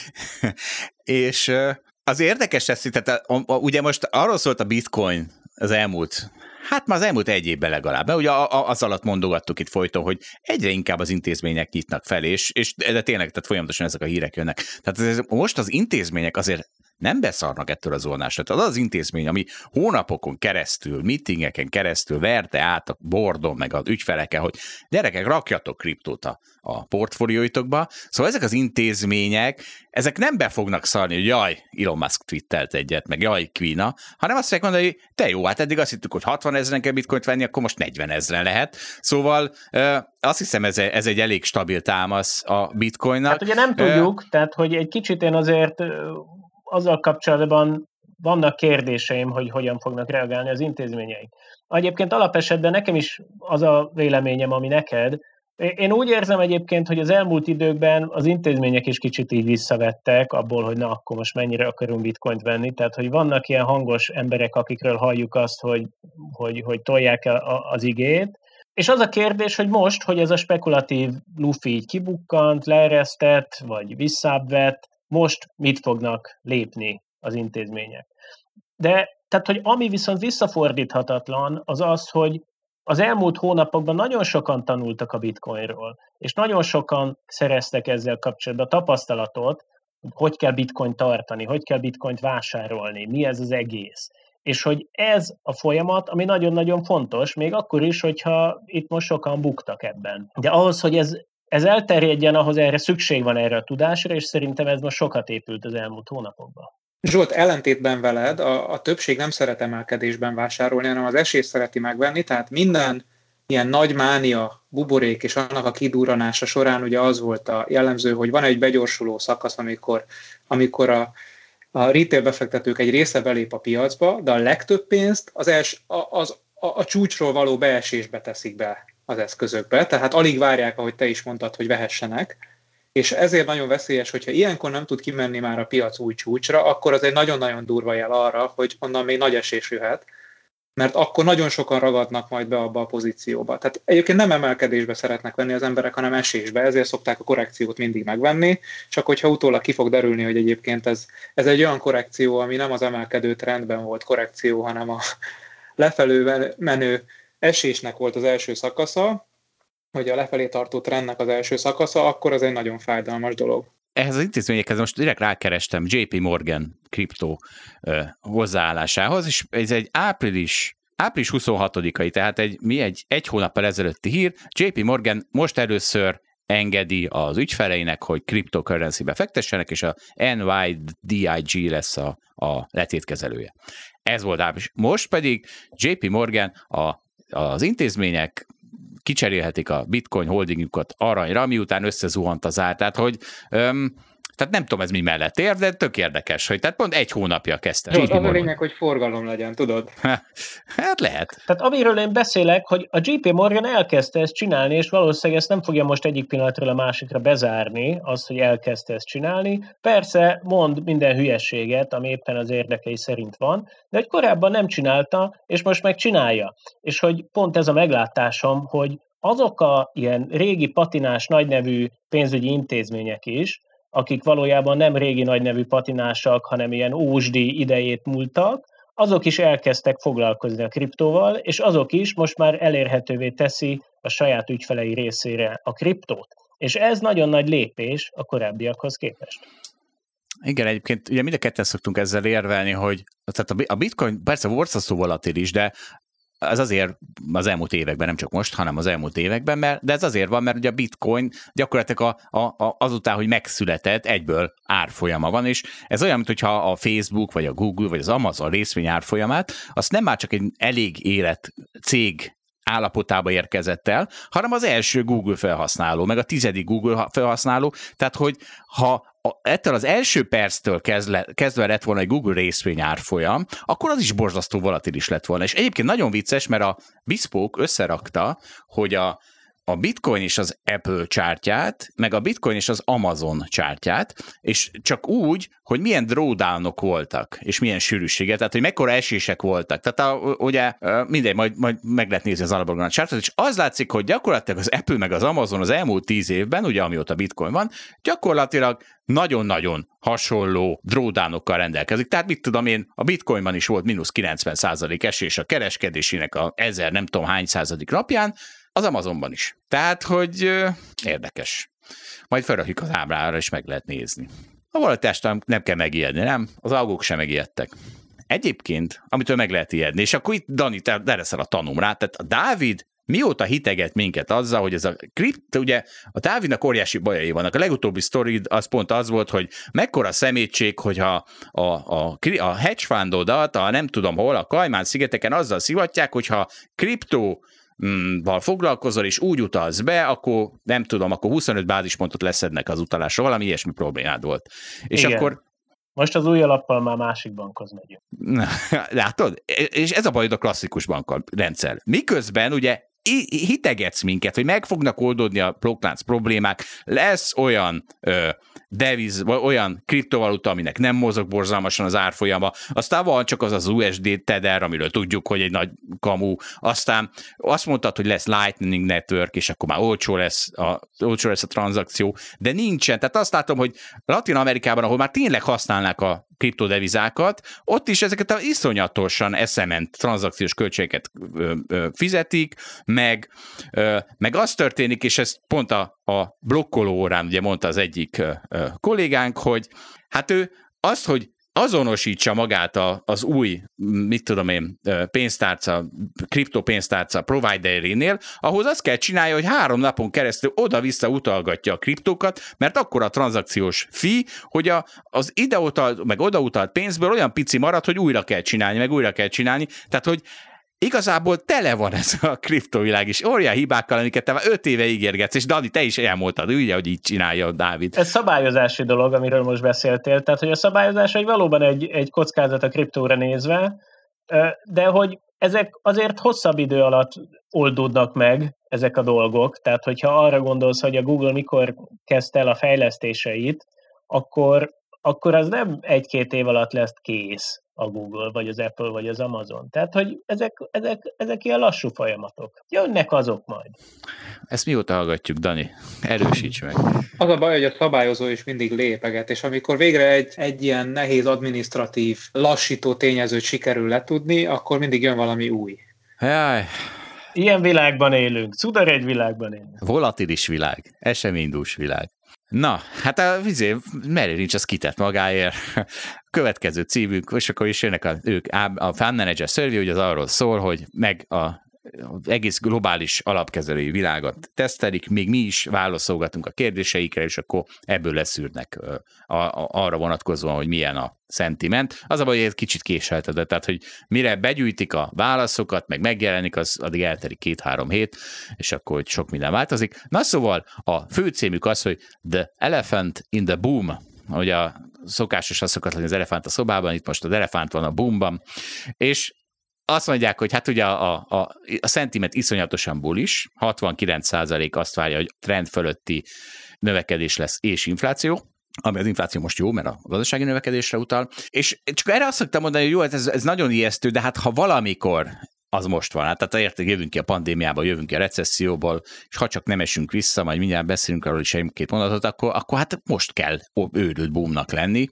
És az érdekes lesz, tehát ugye most arról szólt a bitcoin az elmúlt, hát már az elmúlt egy évben legalább, mert ugye az alatt mondogattuk itt folyton, hogy egyre inkább az intézmények nyitnak fel, és, és de tényleg, tehát folyamatosan ezek a hírek jönnek. Tehát ez, most az intézmények azért nem beszarnak ettől az zuhanásra. Tehát az az intézmény, ami hónapokon keresztül, meetingeken keresztül verte át a boardon, meg az ügyfelekkel, hogy gyerekek, rakjatok kriptót a, a portfólióitokba. Szóval ezek az intézmények, ezek nem be fognak szarni, hogy jaj, Elon Musk twittelt egyet, meg jaj, Quina, hanem azt fogják mondani, hogy te jó, hát eddig azt hittük, hogy hatvan ezeren kell bitcoint venni, akkor most negyven ezeren lehet. Szóval azt hiszem, ez, ez egy elég stabil támasz a bitcoinnak. Hát ugye nem tudjuk, tehát hogy egy kicsit én azért azzal kapcsolatban vannak kérdéseim, hogy hogyan fognak reagálni az intézményeik. Egyébként alapesetben nekem is az a véleményem, ami neked. Én úgy érzem egyébként, hogy az elmúlt időkben az intézmények is kicsit így visszavettek abból, hogy na, akkor most mennyire akarunk bitcoint venni. Tehát, hogy vannak ilyen hangos emberek, akikről halljuk azt, hogy, hogy, hogy tolják el az igét. És az a kérdés, hogy most, hogy ez a spekulatív lufi így kibukkant, leeresztett, vagy visszább vett, most mit fognak lépni az intézmények. De, tehát, hogy ami viszont visszafordíthatatlan, az az, hogy az elmúlt hónapokban nagyon sokan tanultak a bitcoinról, és nagyon sokan szereztek ezzel kapcsolatban tapasztalatot, hogy kell bitcoint tartani, hogy kell bitcoint vásárolni, mi ez az egész. És hogy ez a folyamat, ami nagyon-nagyon fontos, még akkor is, hogyha itt most sokan buktak ebben. De ahhoz, hogy ez Ez elterjedjen, ahhoz erre szükség van erre a tudásra, és szerintem ez most sokat épült az elmúlt hónapokban. Zsolt, ellentétben veled, a, a többség nem szeret emelkedésben vásárolni, hanem az esélyt szereti megvenni, tehát minden ilyen nagy mánia, buborék és annak a kidurranása során ugye az volt a jellemző, hogy van egy begyorsuló szakasz, amikor, amikor a a retail befektetők egy része belép a piacba, de a legtöbb pénzt az, els, az a, a csúcsról való beesésbe teszik be az eszközökbe, tehát alig várják, ahogy te is mondtad, hogy vehessenek, és ezért nagyon veszélyes, hogyha ilyenkor nem tud kimenni már a piac új csúcsra, akkor az egy nagyon-nagyon durva jel arra, hogy onnan még nagy esés jöhet, mert akkor nagyon sokan ragadnak majd be abba a pozícióba. Tehát egyébként nem emelkedésbe szeretnek venni az emberek, hanem esésbe, ezért szokták a korrekciót mindig megvenni, csak hogyha utólag ki fog derülni, hogy egyébként ez, ez egy olyan korrekció, ami nem az emelkedő trendben volt korrekció, hanem a lefelé menő esésnek volt az első szakasza, vagy a lefelé tartó trendnek az első szakasza, akkor az egy nagyon fájdalmas dolog. Ehhez az intézményekhez most direkt rákerestem J P Morgan kriptó uh, hozzáállásához, és ez egy április, április huszonhatodikai, tehát egy, mi egy, egy hónappal ezelőtti hír. J P Morgan most először engedi az ügyfeleinek, hogy cryptocurrency-be fektessenek, és a N Y D I G lesz a, a letétkezelője. Ez volt április. Most pedig J P Morgan a, az intézmények kicserélhetik a bitcoin holdingjukat aranyra, miután összezuhant az ár. Tehát, hogy öm, tehát nem tudom, ez mi mellett ér, de tök érdekes, hogy tehát pont egy hónapja kezdte. Az a lényeg, hogy forgalom legyen, tudod? Hát lehet. Tehát amiről én beszélek, hogy a J P Morgan elkezdte ezt csinálni, és valószínűleg ezt nem fogja most egyik pillanatról a másikra bezárni, az, hogy elkezdte ezt csinálni. Persze mond minden hülyeséget, ami éppen az érdekei szerint van, de hogy korábban nem csinálta, és most meg csinálja. És hogy pont ez a meglátásom, hogy azok a ilyen régi patinás nagynevű pénzügyi intézmények is, akik valójában nem régi nagynevű patinásak, hanem ilyen ósdi idejét múltak, azok is elkezdtek foglalkozni a kriptóval, és azok is most már elérhetővé teszi a saját ügyfelei részére a kriptót. És ez nagyon nagy lépés a korábbiakhoz képest. Igen, egyébként ugye mind a ketten szoktunk ezzel érvelni, hogy tehát a bitcoin persze borzasztó volatilis, de ez azért az elmúlt években, nem csak most, hanem az elmúlt években, mert, de ez azért van, mert ugye a bitcoin gyakorlatilag a, a, a, azután, hogy megszületett, egyből árfolyama van, és ez olyan, mintha a Facebook, vagy a Google, vagy az Amazon részvény árfolyamát, azt nem már csak egy elég érett cég állapotába érkezett el, hanem az első Google felhasználó, meg a tizedik Google felhasználó, tehát hogy ha ettől az első perctől kezdve, kezdve lett volna egy Google részvény árfolyam, akkor az is borzasztó volatilis lett volna. És egyébként nagyon vicces, mert a Bespoke összerakta, hogy a, a Bitcoin és az Apple csártyát, meg a Bitcoin és az Amazon csártyát, és csak úgy, hogy milyen drawdownok voltak, és milyen sűrűséget, tehát hogy mekkora esések voltak. Tehát a, ugye mindegy, majd, majd meg lehet nézni az alapokban a csártyát, és az látszik, hogy gyakorlatilag az Apple meg az Amazon az elmúlt tíz évben, ugye amióta Bitcoin van, gyakorlatilag nagyon-nagyon hasonló drawdownokkal rendelkezik. Tehát mit tudom én, a Bitcoinban is volt mínusz kilencven százalék esés a kereskedésének a ezer nem tudom hány századik napján, az Amazonban is. Tehát, hogy ö, érdekes. Majd felrakjuk az ábrára, és meg lehet nézni. A volatilitást nem kell megijedni, nem? Az algók sem megijedtek. Egyébként, amitől meg lehet ijedni, és akkor itt, Dani, te, te leszel a tanúm rá, tehát a Dávid mióta hiteget minket azzal, hogy ez a kript, ugye a Dávidnak óriási bajai vannak. A legutóbbi sztorid az pont az volt, hogy mekkora szemétség, hogyha a, a, a hedge fundodat, a nem tudom hol, a Kajmán-szigeteken azzal szivatják, hogyha kriptó val foglalkozol, és úgy utalsz be, akkor nem tudom, akkor huszonöt bázispontot leszednek az utalásra, valami ilyesmi problémád volt. És igen. akkor most az új alappal már másik bankhoz megyünk. Látod? És ez a bajod a klasszikus bankrendszer. Miközben ugye hitegetsz minket, hogy meg fognak oldódni a blokklánc problémák, lesz olyan ö, deviz, vagy olyan kriptovaluta, aminek nem mozog borzalmasan az árfolyama, aztán van csak az az U S D Tether, amiről tudjuk, hogy egy nagy kamu, aztán azt mondtad, hogy lesz Lightning Network, és akkor már olcsó lesz a, olcsó lesz a tranzakció, de nincsen. Tehát azt látom, hogy Latin Amerikában, ahol már tényleg használnák a kriptodevizákat, ott is ezeket a iszonyatosan eszement tranzakciós költségeket ö, ö, fizetik, meg, ö, meg az történik, és ez pont a, a blokkoló órán ugye mondta az egyik ö, ö, kollégánk, hogy hát ő azt, hogy azonosítsa magát a, az új, mit tudom én, pénztárca, kriptopénztárca providerénél, ahhoz azt kell csinálja, hogy három napon keresztül oda-vissza utalgatja a kriptókat, mert akkor a tranzakciós fee, hogy a, az ideutalt, meg odautalt pénzből olyan pici marad, hogy újra kell csinálni, meg újra kell csinálni, tehát hogy igazából tele van ez a kriptovilág is, olyan hibákkal, amiket te már öt éve ígérgetsz, és Dani, te is elmondtad, ugye, hogy így csinálja Dávid. Ez szabályozási dolog, amiről most beszéltél, tehát hogy a szabályozás egy valóban egy, egy kockázat a kriptóra nézve, de hogy ezek azért hosszabb idő alatt oldódnak meg, ezek a dolgok, tehát hogyha arra gondolsz, hogy a Google mikor kezdte el a fejlesztéseit, akkor, akkor az nem egy-két év alatt lesz kész a Google, vagy az Apple, vagy az Amazon. Tehát, hogy ezek, ezek, ezek ilyen lassú folyamatok. Jönnek azok majd. Ezt mióta hallgatjuk, Dani? Erősíts meg. Az a baj, hogy a szabályozó is mindig lépeget, és amikor végre egy, egy ilyen nehéz adminisztratív, lassító tényezőt sikerül letudni, akkor mindig jön valami új. Jaj. Ilyen világban élünk. Cudar egy világban élünk. Volatilis világ. Eseménydús világ. Na, hát a vizé, Merrill Lynch az kitett magáért. Következő címünk, és akkor is jönnek a, ők, a Fund Manager Survey, hogy az arról szól, hogy meg a az egész globális alapkezelői világot tesztelik, még mi is válaszolgatunk a kérdéseikre, és akkor ebből leszűrnek a, a, arra vonatkozóan, hogy milyen a szentiment. Az a baj, hogy ez kicsit késeltetett, tehát hogy mire begyűjtik a válaszokat, meg megjelenik, az addig eltelik két-három hét, és akkor hogy sok minden változik. Na szóval a főcímük az, hogy The Elephant in the Boom, hogy a szokásos az szokott lenni az elefánt a szobában, itt most az elefánt van a boomban, és azt mondják, hogy hát ugye a, a, a, a szentiment iszonyatosan bullish, hatvankilenc százalék azt várja, hogy trend fölötti növekedés lesz és infláció, ami az infláció most jó, mert a gazdasági növekedésre utal, és csak erre azt szoktam mondani, hogy jó, ez, ez nagyon ijesztő, de hát ha valamikor az most van. Hát, tehát érted, jövünk ki a pandémiából, jövünk ki a recesszióból, és ha csak nem esünk vissza, majd mindjárt beszélünk arról is egy-két mondatot, akkor, akkor hát most kell őrült boomnak lenni.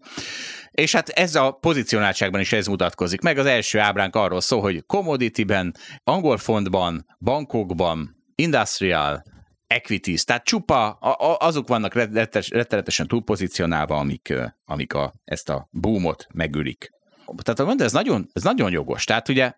És hát ez a pozicionáltságban is ez mutatkozik meg. Az első ábránk arról szól, hogy commodity-ben, angol fontban, bankokban, industrial, equities, tehát csupa azok vannak rettenetesen túlpozicionálva, amik, amik a, ezt a boomot megülik. Tehát mondom, ez nagyon, ez nagyon jogos. Tehát ugye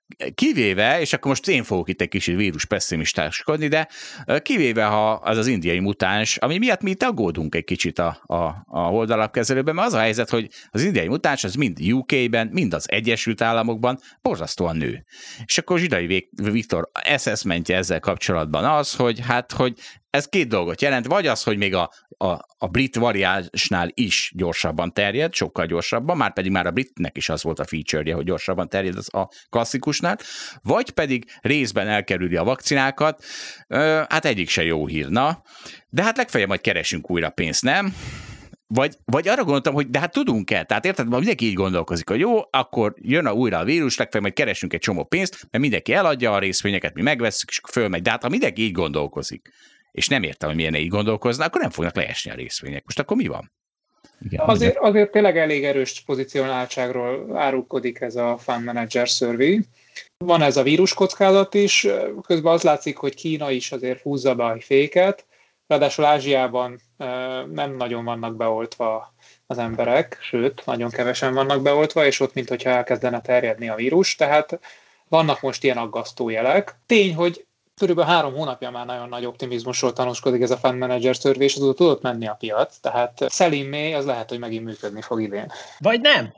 kivéve, és akkor most én fogok itt egy kicsit vírus pessimistáskodni, de kivéve, ha az az indiai mutáns, ami miatt mi itt aggódunk egy kicsit a, a, a oldalapkezelőben, mert az a helyzet, hogy az indiai mutáns az mind U K-ben, mind az Egyesült Államokban borzasztóan nő. És akkor Zsidai Viktor assessmentje ezzel kapcsolatban az, hogy hát, hogy ez két dolgot jelent, vagy az, hogy még a, a, a brit variánsnál is gyorsabban terjed, sokkal gyorsabban, már pedig már a britnek is az volt a feature-je, hogy gyorsabban terjed az a klasszikusnál, vagy pedig részben elkerüli a vakcinákat, hát egyik se jó hír, na, de hát legfeljebb majd keresünk újra pénzt, nem? Vagy, vagy arra gondoltam, hogy de hát tudunk-e? Tehát érted, mindenki így gondolkozik, hogy jó, akkor jön a újra a vírus, legfeljebb majd keresünk egy csomó pénzt, mert mindenki eladja a részvényeket, mi megvesszük, és fölmegy, de hát ha mindenki így gondolkozik, és nem értem, hogy milyen így gondolkozna, akkor nem fognak leesni a részvények. Most akkor mi van? Igen, azért, azért tényleg elég erős pozicionáltságról árulkodik ez a Fund Manager Survey. Van ez a víruskockázat is, közben az látszik, hogy Kína is azért húzza be a féket, ráadásul Ázsiában nem nagyon vannak beoltva az emberek, sőt, nagyon kevesen vannak beoltva, és ott minthogyha elkezdene terjedni a vírus, tehát vannak most ilyen aggasztó jelek. Tény, hogy körülbelül három hónapja már nagyon nagy optimizmusról tanúskodik ez a Fund Manager Survey, és azóta tudott menni a piac, tehát Sell in May az lehet, hogy megint működni fog idén. Vagy nem?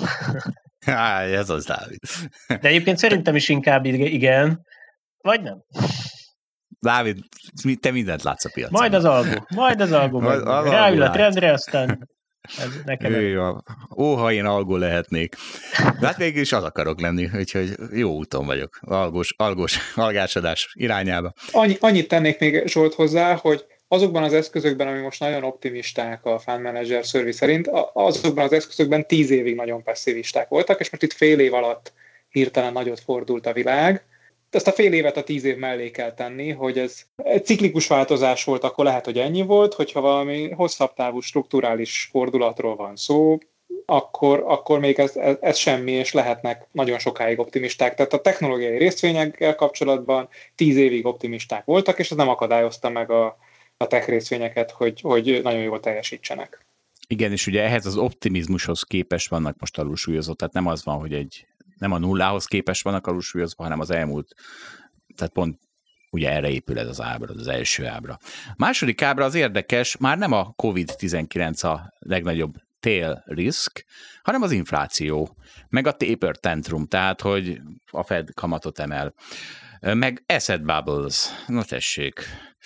Há, ez az, Dávid. De egyébként szerintem is inkább igen, vagy nem? Dávid, te mindent látsz a piacon. Majd az algó, majd az algó. Majd, majd ráül a trendre, aztán ez nekem. Ó, ha én algó lehetnék. De hát végül is az akarok lenni, úgyhogy jó úton vagyok. Algós, algós algásodás irányába. Annyi, annyit tennék még, Zsolt, hozzá, hogy azokban az eszközökben, ami most nagyon optimisták a Fund Manager Survey szerint, azokban az eszközökben tíz évig nagyon passzivisták voltak, és most itt fél év alatt hirtelen nagyot fordult a világ. Ezt a fél évet a tíz év mellé kell tenni, hogy ez egy ciklikus változás volt, akkor lehet, hogy ennyi volt, hogyha valami hosszabb távú strukturális fordulatról van szó, akkor, akkor még ez, ez, ez semmi, és lehetnek nagyon sokáig optimisták. Tehát a technológiai részvényekkel kapcsolatban tíz évig optimisták voltak, és ez nem akadályozta meg a, a tech részvényeket, hogy, hogy nagyon jól teljesítsenek. Igen, és ugye ehhez az optimizmushoz képest vannak most alulsúlyozott, tehát nem az van, hogy egy nem a nullához képest vannak alulsúlyozva, hanem az elmúlt, tehát pont ugye erre épül ez az ábra, az első ábra. A második ábra az érdekes, már nem a kovid tizenkilenc a legnagyobb tail risk, hanem az infláció, meg a taper tantrum, tehát hogy a Fed kamatot emel, meg asset bubbles, na tessék.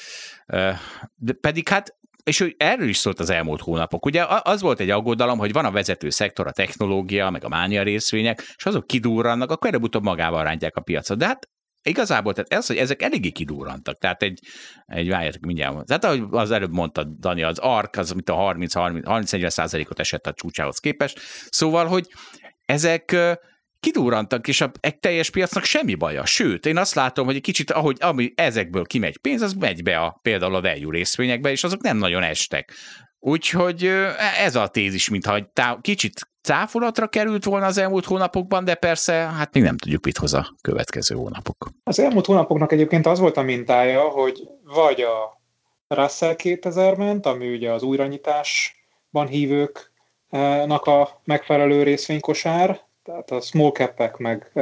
De pedig hát, és erről is szólt az elmúlt hónapok. Ugye az volt egy aggodalom, hogy van a vezető szektor, a technológia, meg a mánia részvények, és azok kidurrannak, akkor előbb-utóbb magával rántják a piacot. De hát igazából tehát ez, hogy ezek eléggé kidurrantak. Tehát egy, egy várjátok mindjárt. Tehát ahogy az előbb mondta Dani, az ARK, az mint a harminc-negyven százalékot esett a csúcsához képest. Szóval, hogy ezek kidurrantak, és a egy teljes piacnak semmi baja. Sőt, én azt látom, hogy egy kicsit, ahogy ami ezekből kimegy pénz, az megy be a, például a value részvényekbe, és azok nem nagyon estek. Úgyhogy ez a tézis, mintha egy tá- kicsit cáfolatra került volna az elmúlt hónapokban, de persze, hát még nem tudjuk, mit hoz a következő hónapok. Az elmúlt hónapoknak egyébként az volt a mintája, hogy vagy a Russell kétezer ment, ami ugye az újranyitásban hívőknak a megfelelő részvénykosár, tehát a small cap-ek meg,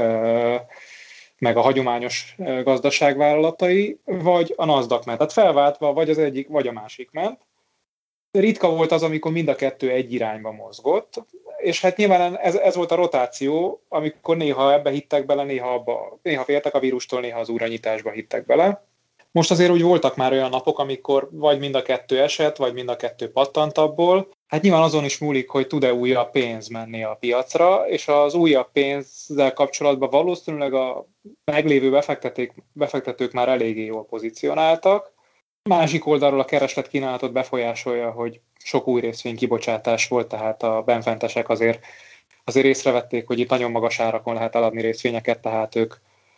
meg a hagyományos gazdaságvállalatai, vagy a Nasdaq ment. Tehát felváltva vagy az egyik, vagy a másik ment. Ritka volt az, amikor mind a kettő egy irányba mozgott, és hát nyilván ez, ez volt a rotáció, amikor néha ebbe hittek bele, néha abba, néha féltek a vírustól, néha az újranyitásba hittek bele. Most azért úgy voltak már olyan napok, amikor vagy mind a kettő esett, vagy mind a kettő pattant abból. Hát nyilván azon is múlik, hogy tud-e újabb pénz menni a piacra, és az újabb pénzzel kapcsolatban valószínűleg a meglévő befektetők, befektetők már eléggé jól pozícionáltak. Másik oldalról a kereslet kínálatot befolyásolja, hogy sok új részvény kibocsátás volt, tehát a benfentesek azért, azért észrevették, hogy itt nagyon magas árakon lehet eladni részvényeket, tehát ők,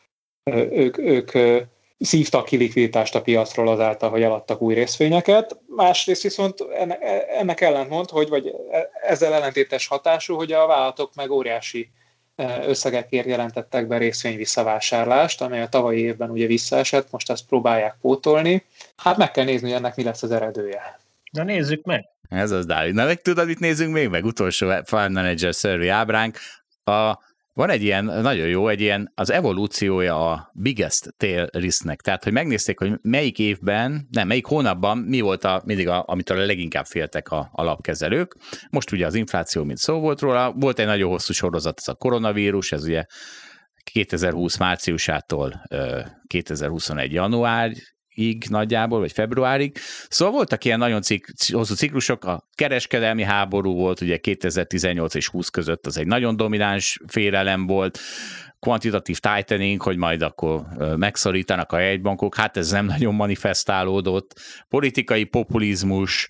ők, ők szívtak ki likviditást a piacról azáltal, hogy eladtak új részvényeket. Másrészt viszont ennek ellentmond, hogy, vagy ezzel ellentétes hatású, hogy a vállalatok meg óriási összegekért jelentettek be részvény visszavásárlást, amely a tavalyi évben ugye visszaesett, most ezt próbálják pótolni. Hát meg kell nézni, hogy ennek mi lesz az eredője. Na nézzük meg! Ez az, Dávid. Na meg tudod, itt nézzünk még meg, utolsó Fund Manager Survey ábránk. A Van egy ilyen, nagyon jó, egy ilyen, az evolúciója a biggest tail risknek, tehát, hogy megnézték, hogy melyik évben, nem, melyik hónapban mi volt a, mindig, a, amitől a leginkább féltek a alapkezelők. Most ugye az infláció, mint szó volt róla, volt egy nagyon hosszú sorozat, ez a koronavírus, ez ugye kétezer-húsz márciusától kétezer-huszonegy január, ig nagyjából, vagy februárig. Szóval voltak ilyen nagyon cik- hosszú ciklusok, a kereskedelmi háború volt, ugye kétezer-tizennyolc és húsz között, az egy nagyon domináns félelem volt, kvantitatív tightening, hogy majd akkor megszorítanak a jegybankok, hát ez nem nagyon manifestálódott, politikai populizmus,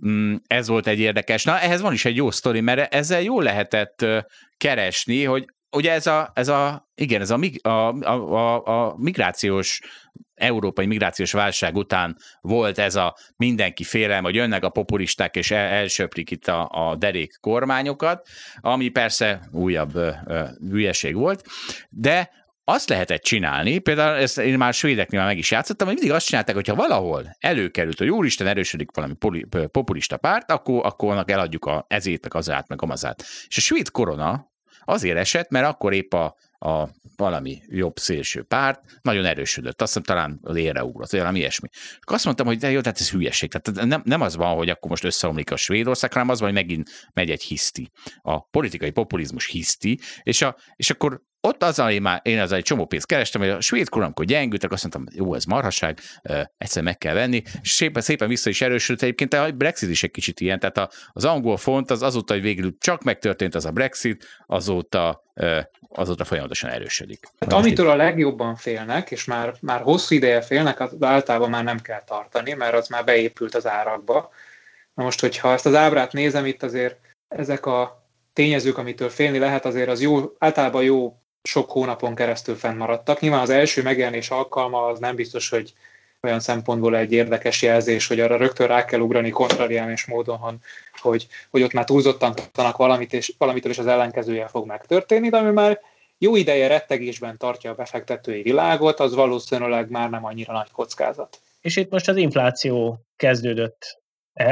ez volt egy érdekes. Na, ehhez van is egy jó sztori, mert ezzel jól lehetett keresni, hogy ugye ez a, ez a igen, ez a, a, a, a migrációs európai migrációs válság után volt ez a mindenki félelem, hogy jönnek a populisták és el, elsöprik itt a, a derék kormányokat, ami persze újabb ö, ö, hülyeség volt, de azt lehetett csinálni, például ezt én már svédeknél meg is játszottam, hogy mindig azt csinálták, hogyha valahol előkerült, hogy úristen erősödik valami poli, populista párt, akkor, akkor annak eladjuk a ezét, meg azát, meg amazát. És a svéd korona azért esett, mert akkor épp a, a valami jobb szélső párt nagyon erősödött. Azt hiszem talán az élre ugrott, vagy valami ilyesmi. És azt mondtam, hogy de jó, tehát ez hülyeség. Tehát nem, nem az van, hogy akkor most összeomlik a Svédország, hanem az van, hogy megint megy egy hiszti. A politikai populizmus hiszti, és, a, és akkor ott az, én, már, én az egy csomó pénzt kerestem, hogy a svéd korona, amikor gyengültek, azt mondtam, jó, ez marhaság, egyszer meg kell venni, és szépen, szépen vissza is erősödött. Egyébként a Brexit is egy kicsit ilyen, tehát az angol font az azóta, hogy végül csak megtörtént az a Brexit, azóta, azóta folyamatosan erősödik. Hát amitől a legjobban félnek, és már, már hosszú ideje félnek, az általában már nem kell tartani, mert az már beépült az árakba. Na most, hogyha ezt az ábrát nézem, itt azért ezek a tényezők, amitől félni lehet, azért az jó, általában jó sok hónapon keresztül fennmaradtak. Nyilván az első megjelenés alkalma az nem biztos, hogy olyan szempontból egy érdekes jelzés, hogy arra rögtön rá kell ugrani kontrariáns módon, hogy, hogy ott már túlzottan tartanak valamit, és valamitől is az ellenkezője fog megtörténni, de ami már jó ideje rettegésben tartja a befektetői világot, az valószínűleg már nem annyira nagy kockázat. És itt most az infláció kezdődött el,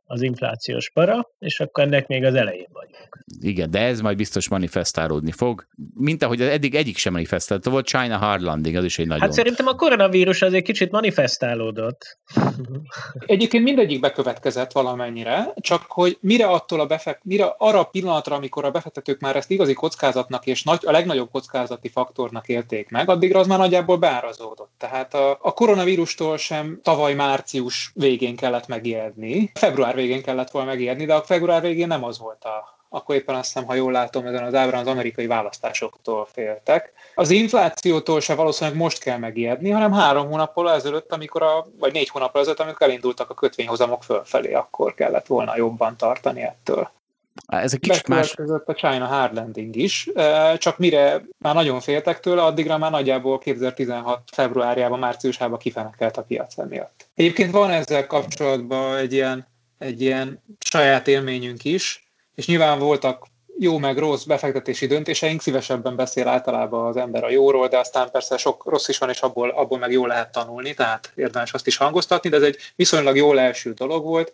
az inflációs para, és akkor ennek még az elején vagyunk. Igen, de ez majd biztos manifestálódni fog. Mint ahogy eddig egyik sem manifestált. Volt China hard landing, az is egy nagyon... Hát szerintem a koronavírus azért kicsit manifestálódott. Egyébként mindegyik bekövetkezett valamennyire, csak hogy mire attól a befekt, mire arra a pillanatra, amikor a befektetők már ezt igazi kockázatnak és nagy, a legnagyobb kockázati faktornak élték meg, addigra az már nagyjából beárazódott. Tehát a, a koronavírustól sem tavaly március végén kellett megijedni, február végén kellett volna megijedni, de a február végén nem az volt a akkor éppen azt hiszem, ha jól látom, ezen az ábrán az amerikai választásoktól féltek. Az inflációtól se valószínűleg most kell megijedni, hanem három hónappal ezelőtt, amikor a, vagy négy hónappal ezelőtt, amikor elindultak a kötvényhozamok fölfelé, akkor kellett volna jobban tartani ettől. Ez egy kicsit más... a China hard landing is, csak mire már nagyon féltek tőle, addigra már nagyjából kétezer-tizenhat februárjában, márciusában kifenekelt a piac emiatt. Egyébként van ezzel kapcsolatban egy ilyen, egy ilyen saját élményünk is, és nyilván voltak jó meg rossz befektetési döntéseink, szívesebben beszél általában az ember a jóról, de aztán persze sok rossz is van, és abból, abból meg jól lehet tanulni, tehát érdemes azt is hangoztatni, de ez egy viszonylag jól első dolog volt.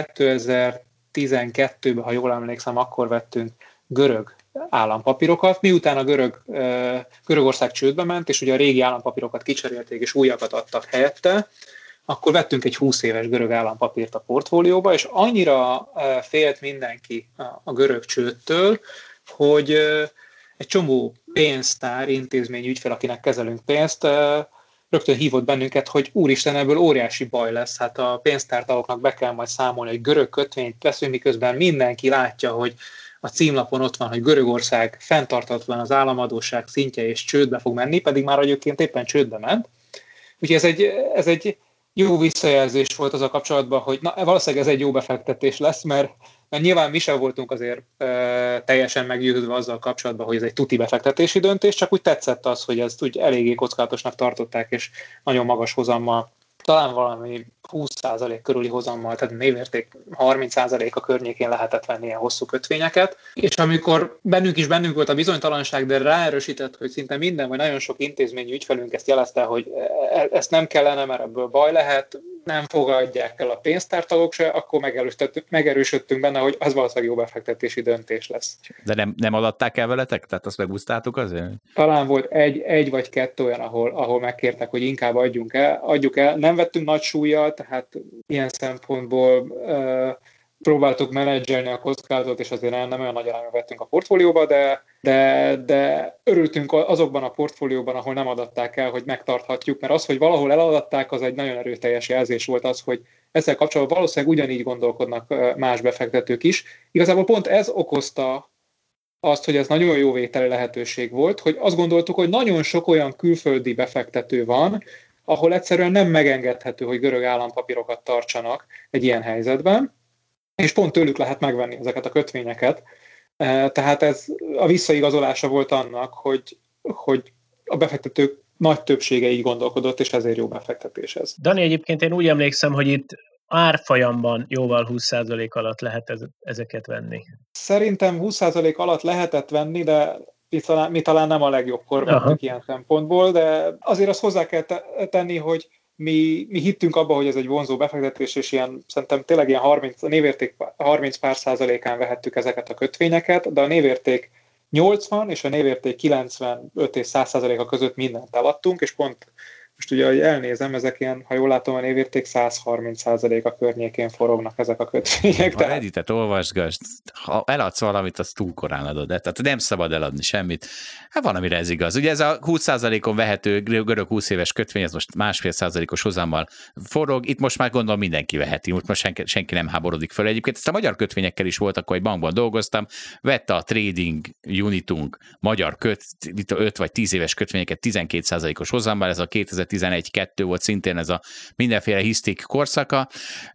kétezer-tizenkettőben, ha jól emlékszem, akkor vettünk görög állampapírokat, miután a görög, Görögország csődbe ment, és ugye a régi állampapírokat kicserélték, és újakat adtak helyette, akkor vettünk egy húsz éves görög állampapírt a portfólióba, és annyira félt mindenki a görög csődtől, hogy egy csomó pénztár, intézmény, ügyfél, akinek kezelünk pénzt, rögtön hívott bennünket, hogy úristen, ebből óriási baj lesz, hát a pénztártaloknak be kell majd számolni, hogy görög kötvényt veszünk, miközben mindenki látja, hogy a címlapon ott van, hogy Görögország fenntartatlan az államadósság szintje, és csődbe fog menni, pedig már egyébként éppen csődbe ment. Úgyhogy ez egy, ez egy jó visszajelzés volt az a kapcsolatban, hogy na, valószínűleg ez egy jó befektetés lesz, mert, mert nyilván mi sem voltunk azért e, teljesen meggyőződve azzal kapcsolatban, hogy ez egy tuti befektetési döntés, csak úgy tetszett az, hogy ezt úgy eléggé kockázatosnak tartották, és nagyon magas hozammal, talán valami húsz százalék körüli hozammal, tehát névérték harminc százalék a környékén lehetett venni ilyen hosszú kötvényeket, és amikor bennünk is bennünk volt a bizonytalanság, de ráerősített, hogy szinte minden, vagy nagyon sok intézményű ügyfelünk ezt jelezte, hogy ezt nem kellene, mert ebből baj lehet, nem fogadják el a pénztártagok se, akkor megerősödtünk benne, hogy az valószínűleg jó befektetési döntés lesz. De nem, nem adatták el veletek? Tehát azt megúsztátok azért? Talán volt egy, egy vagy kettő olyan, ahol, ahol megkértek, hogy inkább adjunk el, adjuk el. Nem vettünk nagy súlyjal, tehát ilyen szempontból uh, próbáltuk menedzselni a kockázatot, és azért nem olyan nagy arányban vettünk a portfólióba, de, de, de örültünk azokban a portfólióban, ahol nem adatták el, hogy megtarthatjuk, mert az, hogy valahol eladatták, az egy nagyon erőteljes jelzés volt az, hogy ezzel kapcsolatban valószínűleg ugyanígy gondolkodnak más befektetők is. Igazából pont ez okozta azt, hogy ez nagyon jó vételi lehetőség volt, hogy azt gondoltuk, hogy nagyon sok olyan külföldi befektető van, ahol egyszerűen nem megengedhető, hogy görög állampapírokat tartsanak egy ilyen helyzetben, és pont tőlük lehet megvenni ezeket a kötvényeket. Tehát ez a visszaigazolása volt annak, hogy, hogy a befektetők nagy többsége így gondolkodott, és ezért jó befektetés ez. Dani, egyébként én úgy emlékszem, hogy itt árfolyamban jóval húsz százalék alatt lehet ezeket venni. Szerintem húsz százalék alatt lehetett venni, de mi talán, mi talán nem a legjobbkor vettük ilyen szempontból, de azért azt hozzá kell tenni, hogy mi, mi hittünk abba, hogy ez egy vonzó befektetés, és ilyen, szerintem tényleg ilyen harminc, a névérték harminc pár százalékán vehettük ezeket a kötvényeket, de a névérték nyolcvan és a névérték kilencvenöt és száz százaléka között mindent eladtunk, és pont most ugye, hogy elnézem, ezek ilyen, ha jól látom, a névérték száz harminc százaléka környékén forognak ezek a kötvények. Ha Redditet olvasgasd, ha eladsz valamit, az túl korán adod, tehát nem szabad eladni semmit. Hát van, amire ez igaz. Ugye ez a húsz százalékon vehető görög húsz éves kötvény, ez most másfél százalékos hozammal forog, itt most már gondolom mindenki veheti, most már senki, senki nem háborodik föl. Egyébként ezt a magyar kötvényekkel is volt, akkor egy bankban dolgoztam, vette a trading unitunk magyar köt, öt vagy tíz éves kötvényeket tizenkét százalékos hozammal, ez a kétezer-tizenegy kettő volt szintén ez a mindenféle hisztik korszaka.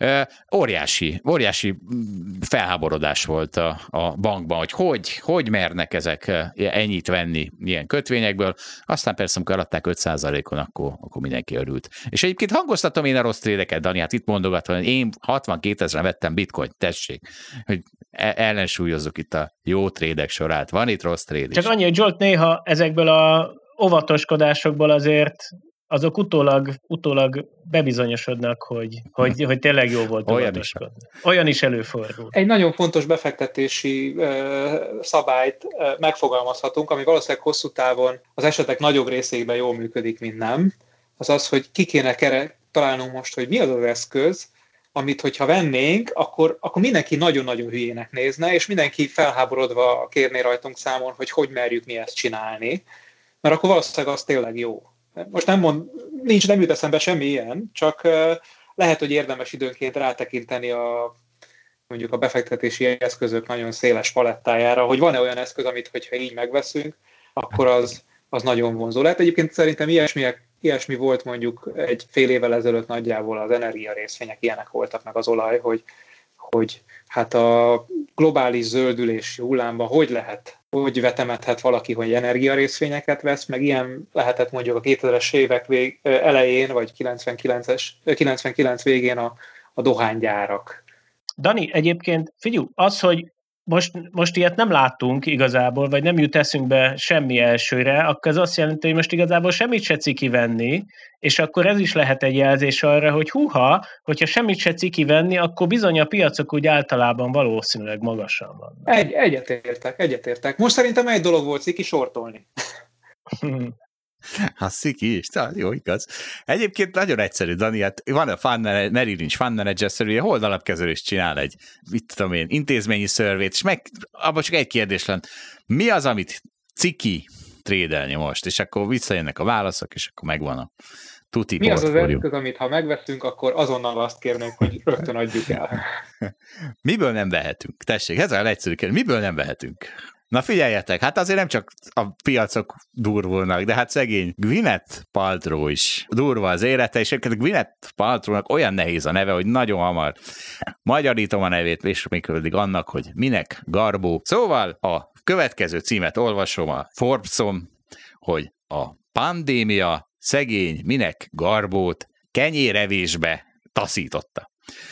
Óriási, óriási felháborodás volt a, a bankban, hogy, hogy hogy mernek ezek ennyit venni ilyen kötvényekből. Aztán persze, amikor eladták öt százalékon, akkor, akkor mindenki örült. És egyébként hangoztatom én a rossz trédeket, Dani, hát itt mondogatom, hogy én hatvankétezren vettem bitcoin, tessék, hogy ellensúlyozzuk itt a jó trédek sorát. Van itt rossz tréd is. Csak annyi, hogy Zsolt néha ezekből a óvatoskodásokból azért azok utólag, utólag bebizonyosodnak, hogy, hogy, hogy tényleg jó volt óvatoskodni. Olyan is előfordul. Egy nagyon fontos befektetési uh, szabályt uh, megfogalmazhatunk, ami valószínűleg hosszú távon az esetek nagyobb részében jól működik, mint nem. Az az, hogy ki kéne kere- találnunk most, hogy mi az az eszköz, amit hogyha vennénk, akkor, akkor mindenki nagyon-nagyon hülyének nézne, és mindenki felháborodva kérné rajtunk számon, hogy hogy merjük mi ezt csinálni, mert akkor valószínűleg az tényleg jó. Most nem mond, nincs, nem jut eszembe semmi ilyen, csak lehet, hogy érdemes időnként rátekinteni a, mondjuk a befektetési eszközök nagyon széles palettájára, hogy van-e olyan eszköz, amit hogyha így megveszünk, akkor az, az nagyon vonzó. Lehet egyébként szerintem ilyesmi, ilyesmi volt mondjuk egy fél évvel ezelőtt nagyjából az energiarészvények, ilyenek voltak meg az olaj, hogy, hogy hát a globális zöldülési hullámban hogy lehet, hogy vetemethet valaki, hogy energiarészvényeket vesz, meg ilyen lehetett mondjuk a kétezres évek vég, elején, vagy kilencvenkilences, kilencvenkilenc végén a, a dohánygyárak. Dani, egyébként figyelj, az, hogy most, most ilyet nem láttunk igazából, vagy nem jut eszünkbe semmi elsőre, akkor ez azt jelenti, hogy most igazából semmit se ciki venni, és akkor ez is lehet egy jelzés arra, hogy húha, hogyha semmit se ciki venni, akkor bizony a piacok úgy általában valószínűleg magasan vannak. Egy, egyetértek, egyetértek. Most szerintem egy dolog volt ciki, sortolni. Hát sziki is, tehát jó, igaz. Egyébként nagyon egyszerű, Dani, hát van a fund manager, Merrill Lynch fund manager-szerű, holdalapkezelés csinál egy, mit tudom én, intézményi szörvét, és meg, abban csak egy kérdés lenne, mi az, amit ciki trédelni most, és akkor visszajönnek a válaszok, és akkor megvan a tuti mi portfólió. Mi az az eszköz, amit ha megveszünk, akkor azonnal azt kérnénk, hogy rögtön adjuk el. Miből nem vehetünk? Tessék, ez a egyszerű kérdés, miből nem vehetünk? Na figyeljetek, hát azért nem csak a piacok durvulnak, de hát szegény Gwyneth Paltrow is durva az élete, és egyébként Gwyneth Paltrownak olyan nehéz a neve, hogy nagyon hamar magyarítom a nevét, és még pedig annak, hogy minek Garbó. Szóval a következő címet olvasom a Forbes-on, hogy a pandémia szegény minek Garbót kenyérevésbe taszította.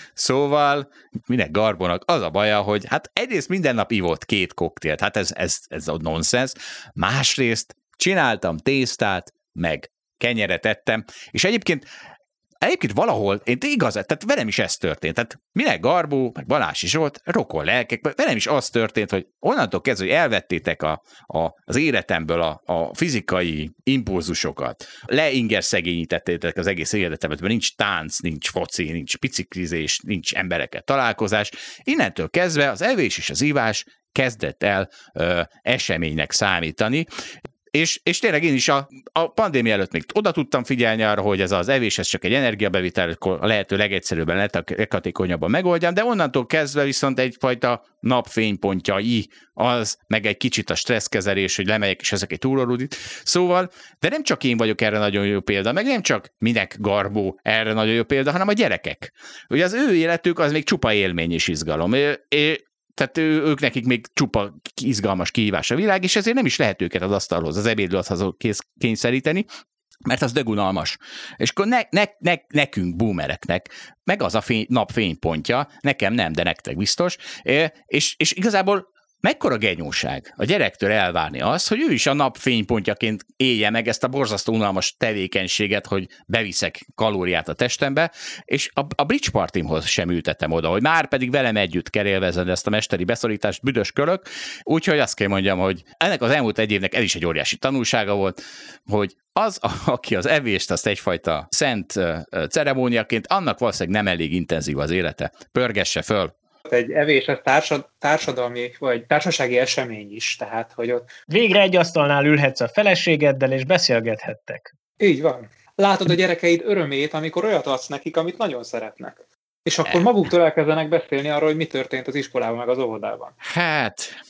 Szóval minek Garbónak az a baja, hogy hát egyrészt minden nap ivott két koktélt, hát ez, ez, ez a nonsens, másrészt csináltam tésztát, meg kenyeret ettem, és egyébként Egyébként valahol, én igaz, tehát velem is ez történt, tehát minek Garbó, meg Balási Zsolt, rokon lelkek, velem is az történt, hogy onnantól kezdve, hogy elvettétek a, a, az életemből a, a fizikai impulzusokat, leinger szegényítettétek az egész életemet, mert nincs tánc, nincs foci, nincs biciklizés, nincs emberekkel találkozás, innentől kezdve az evés és az ivás kezdett el ö, eseménynek számítani, És, és tényleg én is a, a pandémia előtt még oda tudtam figyelni arra, hogy ez az evés, ez csak egy energiabevitel, a lehető legegyszerűbben, leghatékonyabban megoldjam, de onnantól kezdve viszont egyfajta napfénypontjai az, meg egy kicsit a stresszkezelés, hogy lemegyek és ezek egy túlorudit. Szóval, de nem csak én vagyok erre nagyon jó példa, meg nem csak minek Garbó erre nagyon jó példa, hanem a gyerekek. Ugye az ő életük az még csupa élmény és izgalom. É, Tehát ő, ők nekik még csupa izgalmas kihívás a világ, és ezért nem is lehet őket az asztalhoz, az ebédlőasztalhoz kényszeríteni, mert az dögunalmas. És akkor ne, ne, ne, nekünk, boomereknek, meg az a fény, nap fénypontja, nekem nem, de nektek biztos, és, és igazából mekkora genyóság a gyerektől elvárni azt, hogy ő is a nap fénypontjaként élje meg ezt a borzasztó unalmas tevékenységet, hogy beviszek kalóriát a testembe, és a, a bridge partimhoz sem ültettem oda, hogy már pedig velem együtt kell élvezni ezt a mesteri beszorítást, büdös kölök, úgyhogy azt kell mondjam, hogy ennek az elmúlt egy évnek ez is egy óriási tanulsága volt, hogy az, aki az evést, azt egyfajta szent ceremóniaként, annak valószínűleg nem elég intenzív az élete. Pörgesse föl. Egy evés, ez társad, társadalmi, vagy társasági esemény is, tehát, hogy ott... Végre egy asztalnál ülhetsz a feleségeddel, és beszélgethettek. Így van. Látod a gyerekeid örömét, amikor olyat adsz nekik, amit nagyon szeretnek. És akkor maguktól elkezdenek beszélni arról, hogy mi történt az iskolában, meg az óvodában. Hát...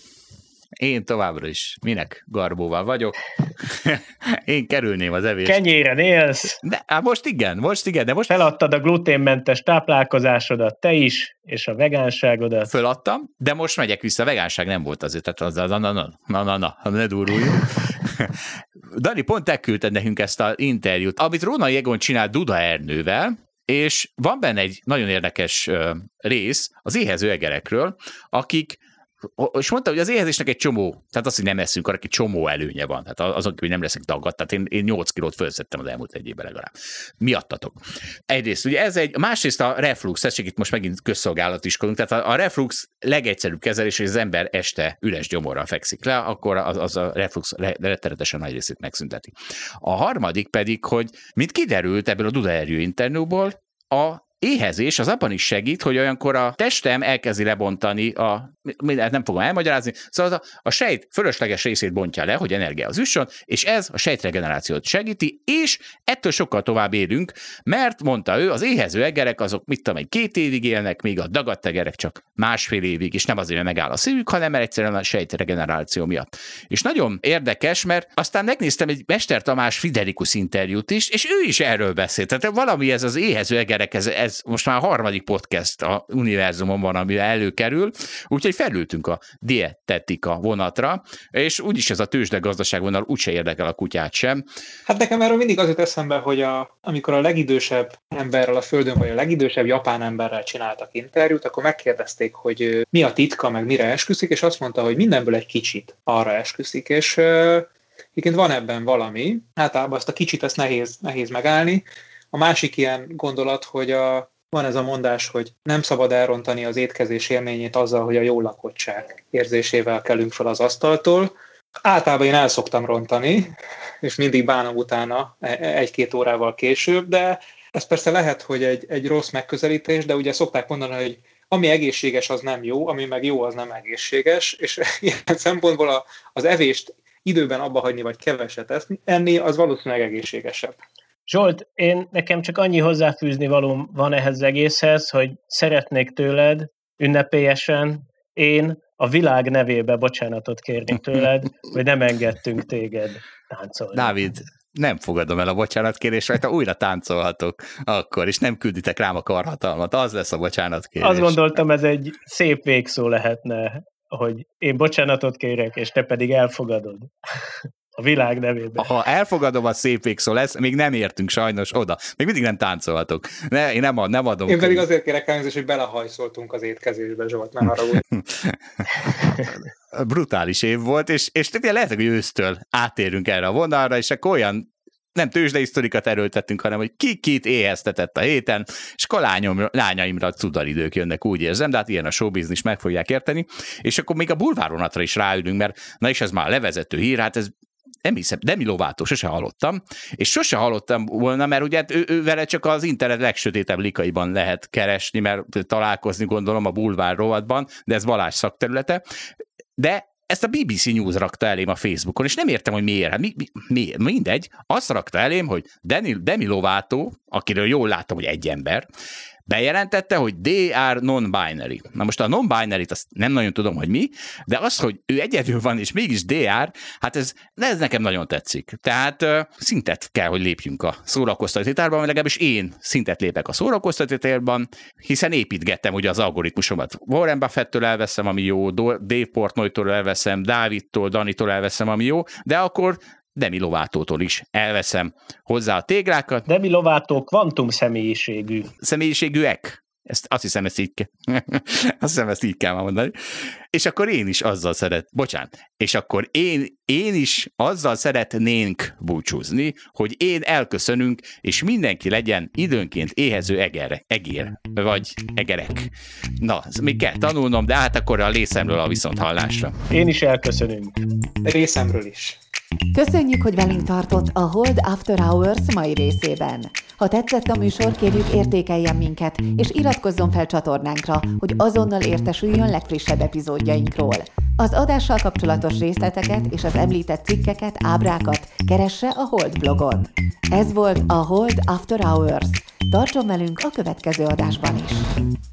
Én továbbra is minek Garbóval vagyok. Én kerülném az evést. Kenyéren élsz. De, hát most igen, most igen. De most... Feladtad a gluténmentes táplálkozásodat, te is, és a vegánságodat. Föladtam, de most megyek vissza. A vegánság nem volt azért, tehát az, na, na, na, na, na, na, ne duruljunk. Dani, pont te küldted nekünk ezt az interjút, amit Rónai Egon csinált Duda Ernővel, és van benne egy nagyon érdekes rész az éhező egerekről, akik és mondta, hogy az éhezésnek egy csomó, tehát az, hogy nem eszünk, arra egy csomó előnye van. Tehát azon, hogy nem leszek daggadt, tehát én, én nyolc kilót felszettem az elmúlt egy évben legalább. Miattatok. Egyrészt, ugye ez egy, másrészt a reflux, ez csak itt most megint közszolgálatiskodunk, tehát a, a reflux legegyszerűbb kezelés, hogy az ember este üres gyomorral fekszik le, akkor az, az a reflux rettenetesen nagy részét megszünteti. A harmadik pedig, hogy mint kiderült ebből a Dudaerő interjúból, a éhezés az abban is segít, hogy olyankor a testem elkezdi lebontani a, nem fogom elmagyarázni, szóval a, a sejt fölösleges részét bontja le, hogy energia az üssön, és ez a sejtregenerációt segíti, és ettől sokkal tovább élünk, mert mondta ő, az éhező egerek azok, mit tudom, egy két évig élnek, míg a dagadt egerek csak másfél évig, és nem azért, mert megáll a szívük, hanem mert egyszerűen a sejtregeneráció miatt. És nagyon érdekes, mert aztán megnéztem egy Mester Tamás Friderikus interjút is, és ő is erről beszélt. Tehát valami ez az éhező egerek, ez, ez most már a harmadik podcast a univerzumon van, ami előkerül, úgyhogy felültünk a dietetika vonatra, és úgyis ez a tőzsdegazdaság vonal úgyse érdekel a kutyát sem. Hát nekem erről mindig az jut eszembe, hogy a, amikor a legidősebb emberrel a Földön, vagy a legidősebb japán emberrel csináltak interjút, akkor megkérdezték, hogy mi a titka, meg mire esküszik, és azt mondta, hogy mindenből egy kicsit arra esküszik, és egyébként van ebben valami, általában azt a kicsit ezt nehéz, nehéz megállni. A másik ilyen gondolat, hogy a van ez a mondás, hogy nem szabad elrontani az étkezés élményét azzal, hogy a jó lakottság érzésével kelünk fel az asztaltól. Általában én el szoktam rontani, és mindig bánom utána egy-két órával később, de ez persze lehet, hogy egy, egy rossz megközelítés, de ugye szokták mondani, hogy ami egészséges, az nem jó, ami meg jó, az nem egészséges, és ilyen szempontból a, az evést időben abba hagyni, vagy keveset enni, az valószínűleg egészségesebb. Zsolt, én nekem csak annyi hozzáfűzni valóm van ehhez az egészhez, hogy szeretnék tőled ünnepélyesen én a világ nevébe bocsánatot kérni tőled, hogy nem engedtünk téged táncolni. Dávid, nem fogadom el a bocsánatkérést, rajta újra táncolhatok akkor, és nem külditek rám a karhatalmat, az lesz a bocsánatkérés. Azt gondoltam, ez egy szép végszó lehetne, hogy én bocsánatot kérek, és te pedig elfogadod. A világ nevében. Ha elfogadom, a szép végszó lesz, még nem értünk sajnos oda. Még mindig nem táncolhatok. Ne, én nem, nem adom. Én pedig azért kérek elnézést, hogy belehajszoltunk az étkezésbe, Zsolt, ne haragudj. Brutális év volt, és, és lehet, hogy ősztől átérünk erre a vonalra, és akkor olyan nem tőzsdei sztorikat erőltettünk, hanem hogy ki kit éheztetett a héten, és akkor lányom, lányaimra cudaridők jönnek, úgy érzem, de hát ilyen a showbiznisz, meg fogják érteni, és akkor még a bulvárvonatra is ráülünk, mert na és ez már a levezető hír, hát ez nem hiszem, Demi Lovato, sose hallottam, és sose hallottam volna, mert ugye ő, ő vele csak az internet legsötétebb likaiban lehet keresni, mert találkozni gondolom a bulvár rovatban, de ez Balázs szakterülete, de ezt a bé bé cé News rakta elém a Facebookon, és nem értem, hogy miért. Hát mi, mi, mi, mindegy, azt rakta elém, hogy Demi Lovato, akiről jól látom, hogy egy ember, bejelentette, hogy they are non-binary. Na most a non-binary-t azt nem nagyon tudom, hogy mi, de az, hogy ő egyedül van, és mégis they are, hát ez, ez nekem nagyon tetszik. Tehát uh, szintet kell, hogy lépjünk a szórakoztatótárban, legalábbis én szintet lépek a szórakoztatótárban, hiszen építgettem ugye az algoritmusomat. Warren Buffettől elveszem, ami jó, Dave Portnoy-tól elveszem, Dávidtól, Danitól elveszem, ami jó, de akkor Demi Lovatótól is elveszem hozzá a téglákat. Demi Lovato kvantum személyiségű. Személyiségűek? Ezt, azt hiszem, ezt így kell. azt hiszem, ezt így kell mondani. És akkor én is azzal szeret, bocsánat, és akkor én, én is azzal szeretnénk búcsúzni, hogy én elköszönünk, és mindenki legyen időnként éhező eger, egér, vagy egerek. Na, még kell tanulnom, de hát akkor a részemről a viszonthallásra. Én is elköszönünk. Részemről is. Köszönjük, hogy velünk tartott a Hold After Hours mai részében. Ha tetszett a műsor, kérjük értékeljen minket, és iratkozzon fel csatornánkra, hogy azonnal értesüljön legfrissebb epizódjainkról. Az adással kapcsolatos részleteket és az említett cikkeket, ábrákat keresse a Hold blogon. Ez volt a Hold After Hours. Tartson velünk a következő adásban is!